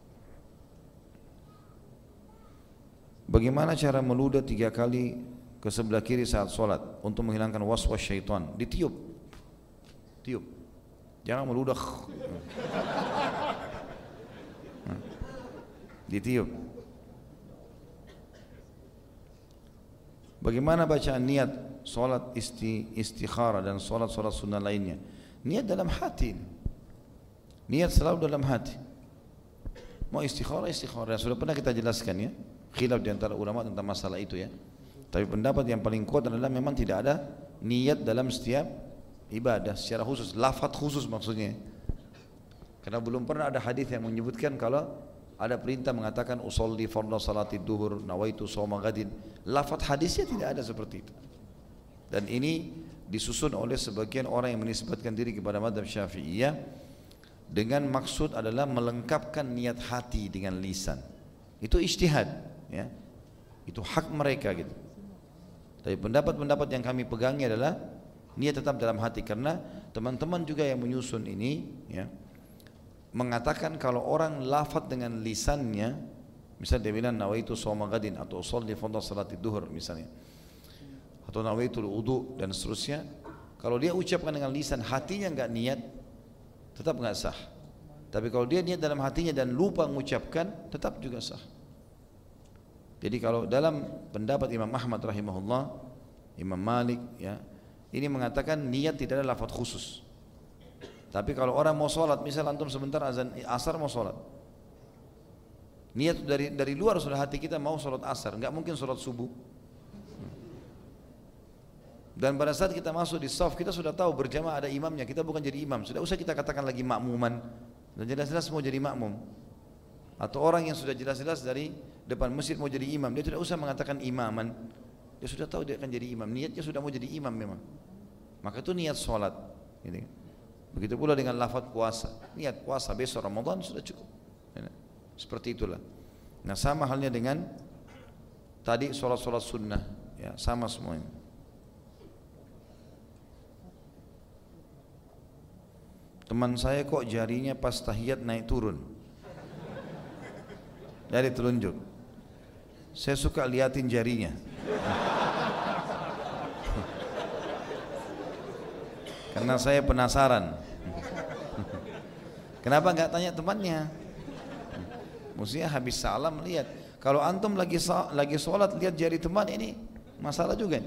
Bagaimana cara meludah tiga kali ke sebelah kiri saat sholat untuk menghilangkan waswas syaitan? Ditiup, tiup. Jangan meludah. Ditiup. Bagaimana bacaan niat solat isti, istikharah dan solat-solat sunnah lainnya? Niat dalam hati. Niat selalu dalam hati. Mau istikharah, istikharah. Sudah pernah kita jelaskan ya. Khilaf di antara ulama tentang masalah itu ya. Tapi pendapat yang paling kuat adalah memang tidak ada niat dalam setiap ibadah secara khusus, lafaz khusus maksudnya. Karena belum pernah ada hadis yang menyebutkan kalau ada perintah mengatakan usolli fardhu salati duhur nawaitu shauma ghadin. Lafaz hadisnya tidak ada seperti itu. Dan ini disusun oleh sebagian orang yang menisbatkan diri kepada mazhab Syafi'iyah dengan maksud adalah melengkapkan niat hati dengan lisan. Itu ijtihad ya. Itu hak mereka gitu. Tapi pendapat-pendapat yang kami pegangi adalah niat tetap dalam hati, karena teman-teman juga yang menyusun ini ya mengatakan kalau orang lafaz dengan lisannya, misalnya dia bilang nawaitu shauma ghadin atau usolli fardhu salati duhur misalnya, atau nawaitu wudu dan seterusnya, kalau dia ucapkan dengan lisan hatinya enggak niat, tetap enggak sah. Tapi kalau dia niat dalam hatinya dan lupa mengucapkan, tetap juga sah. Jadi kalau dalam pendapat Imam Ahmad rahimahullah, Imam Malik ya, ini mengatakan niat tidak ada lafaz khusus. Tapi kalau orang mau sholat, misal antum sebentar azan asar mau sholat, niat dari dari luar sudah hati kita mau sholat asar, nggak mungkin sholat subuh. Dan pada saat kita masuk di shaf, kita sudah tahu berjamaah ada imamnya, kita bukan jadi imam, sudah usah kita katakan lagi makmuman, dan jelas-jelas mau jadi makmum. Atau orang yang sudah jelas-jelas dari depan masjid mau jadi imam, dia tidak usah mengatakan imaman, dia sudah tahu dia akan jadi imam, niatnya sudah mau jadi imam memang. Maka itu niat sholat. Gitu. Begitu pula dengan lafaz puasa, niat puasa besok Ramadan sudah cukup. Seperti itulah. Nah sama halnya dengan tadi sholat-sholat sunnah, ya sama semuanya. Teman saya kok jarinya pas tahiyat naik turun, jari telunjuk. Saya suka liatin jarinya. Karena saya penasaran. Kenapa enggak tanya temannya? Mestinya habis salam lihat. Kalau antum lagi lagi sholat lihat jari teman, ini masalah juga.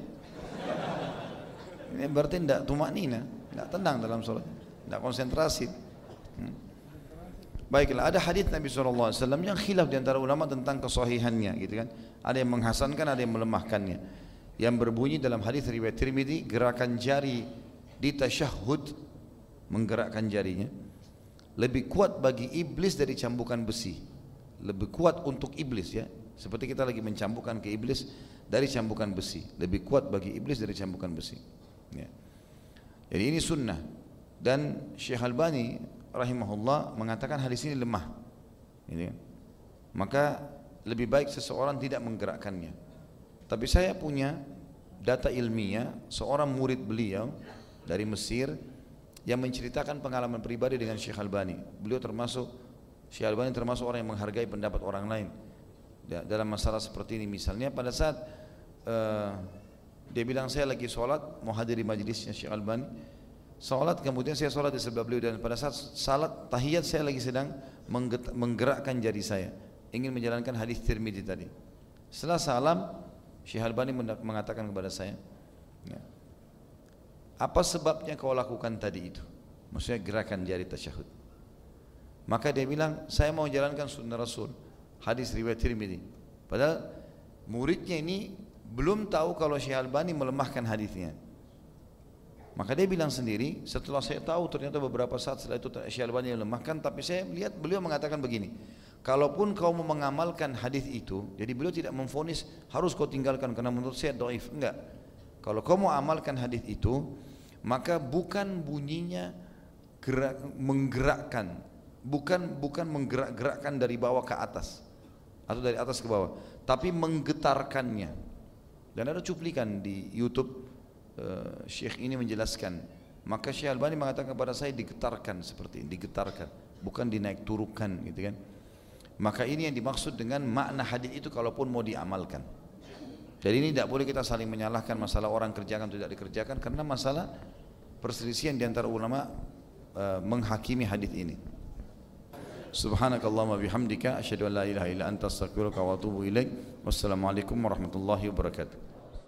Ini berarti tidak tumaknina, tidak tenang dalam sholat, tidak konsentrasi. Hmm. Baiklah, ada hadis Nabi shallallahu alaihi wasallam yang khilaf di antara ulama tentang kesahihannya, gitu kan? Ada yang menghasankan, ada yang melemahkannya. Yang berbunyi dalam hadis riwayat Tirmidzi, gerakan jari di tasyahud, menggerakkan jarinya lebih kuat bagi iblis dari cambukan besi. Lebih kuat untuk iblis ya, seperti kita lagi mencambukkan ke iblis dari cambukan besi, lebih kuat bagi iblis dari cambukan besi ya. Jadi ini sunnah, dan Syekh Albani rahimahullah mengatakan hadis ini lemah ini. Maka lebih baik seseorang tidak menggerakkannya. Tapi saya punya data ilmiah seorang murid beliau dari Mesir yang menceritakan pengalaman pribadi dengan Syekh Albani. Beliau termasuk Syekh Albani termasuk orang yang menghargai pendapat orang lain dalam masalah seperti ini. Misalnya pada saat uh, dia bilang saya lagi sholat mau hadiri majlisnya Syekh Albani, sholat kemudian saya sholat di sebelah beliau, dan pada saat salat tahiyat saya lagi sedang menggerakkan jari saya ingin menjalankan hadis Tirmidzi tadi. Setelah salam Syekh Albani mengatakan kepada saya, ya, apa sebabnya kau lakukan tadi itu? Maksudnya gerakan jari tasyahud. Maka dia bilang, saya mau jalankan sunnah Rasul, hadis riwayat Tirmidzi. Padahal muridnya ini belum tahu kalau Syekh Albani melemahkan hadisnya. Maka dia bilang sendiri, setelah saya tahu ternyata beberapa saat setelah itu Syekh Albani melemahkan, tapi saya lihat beliau mengatakan begini, kalaupun kau mau mengamalkan hadis itu, jadi beliau tidak memvonis harus kau tinggalkan karena menurut saya dhaif, enggak. Kalau kau mau amalkan hadis itu, maka bukan bunyinya gerak, menggerakkan, bukan bukan menggerak-gerakkan dari bawah ke atas atau dari atas ke bawah, tapi menggetarkannya. Dan ada cuplikan di YouTube uh, Syekh ini menjelaskan. Maka Syekh Albani mengatakan kepada saya digetarkan seperti ini, digetarkan, bukan dinaik turunkan, gitu kan. Maka ini yang dimaksud dengan makna hadis itu kalaupun mau diamalkan. Jadi ini tidak boleh kita saling menyalahkan masalah orang kerjakan atau tidak dikerjakan, karena masalah perselisihan di antara ulama uh, menghakimi hadis ini. Subhanakallahumma bihamdika asyhadu an la ilaha illa anta astaghfiruka wa atubu ilaik. Wassalamualaikum warahmatullahi wabarakatuh.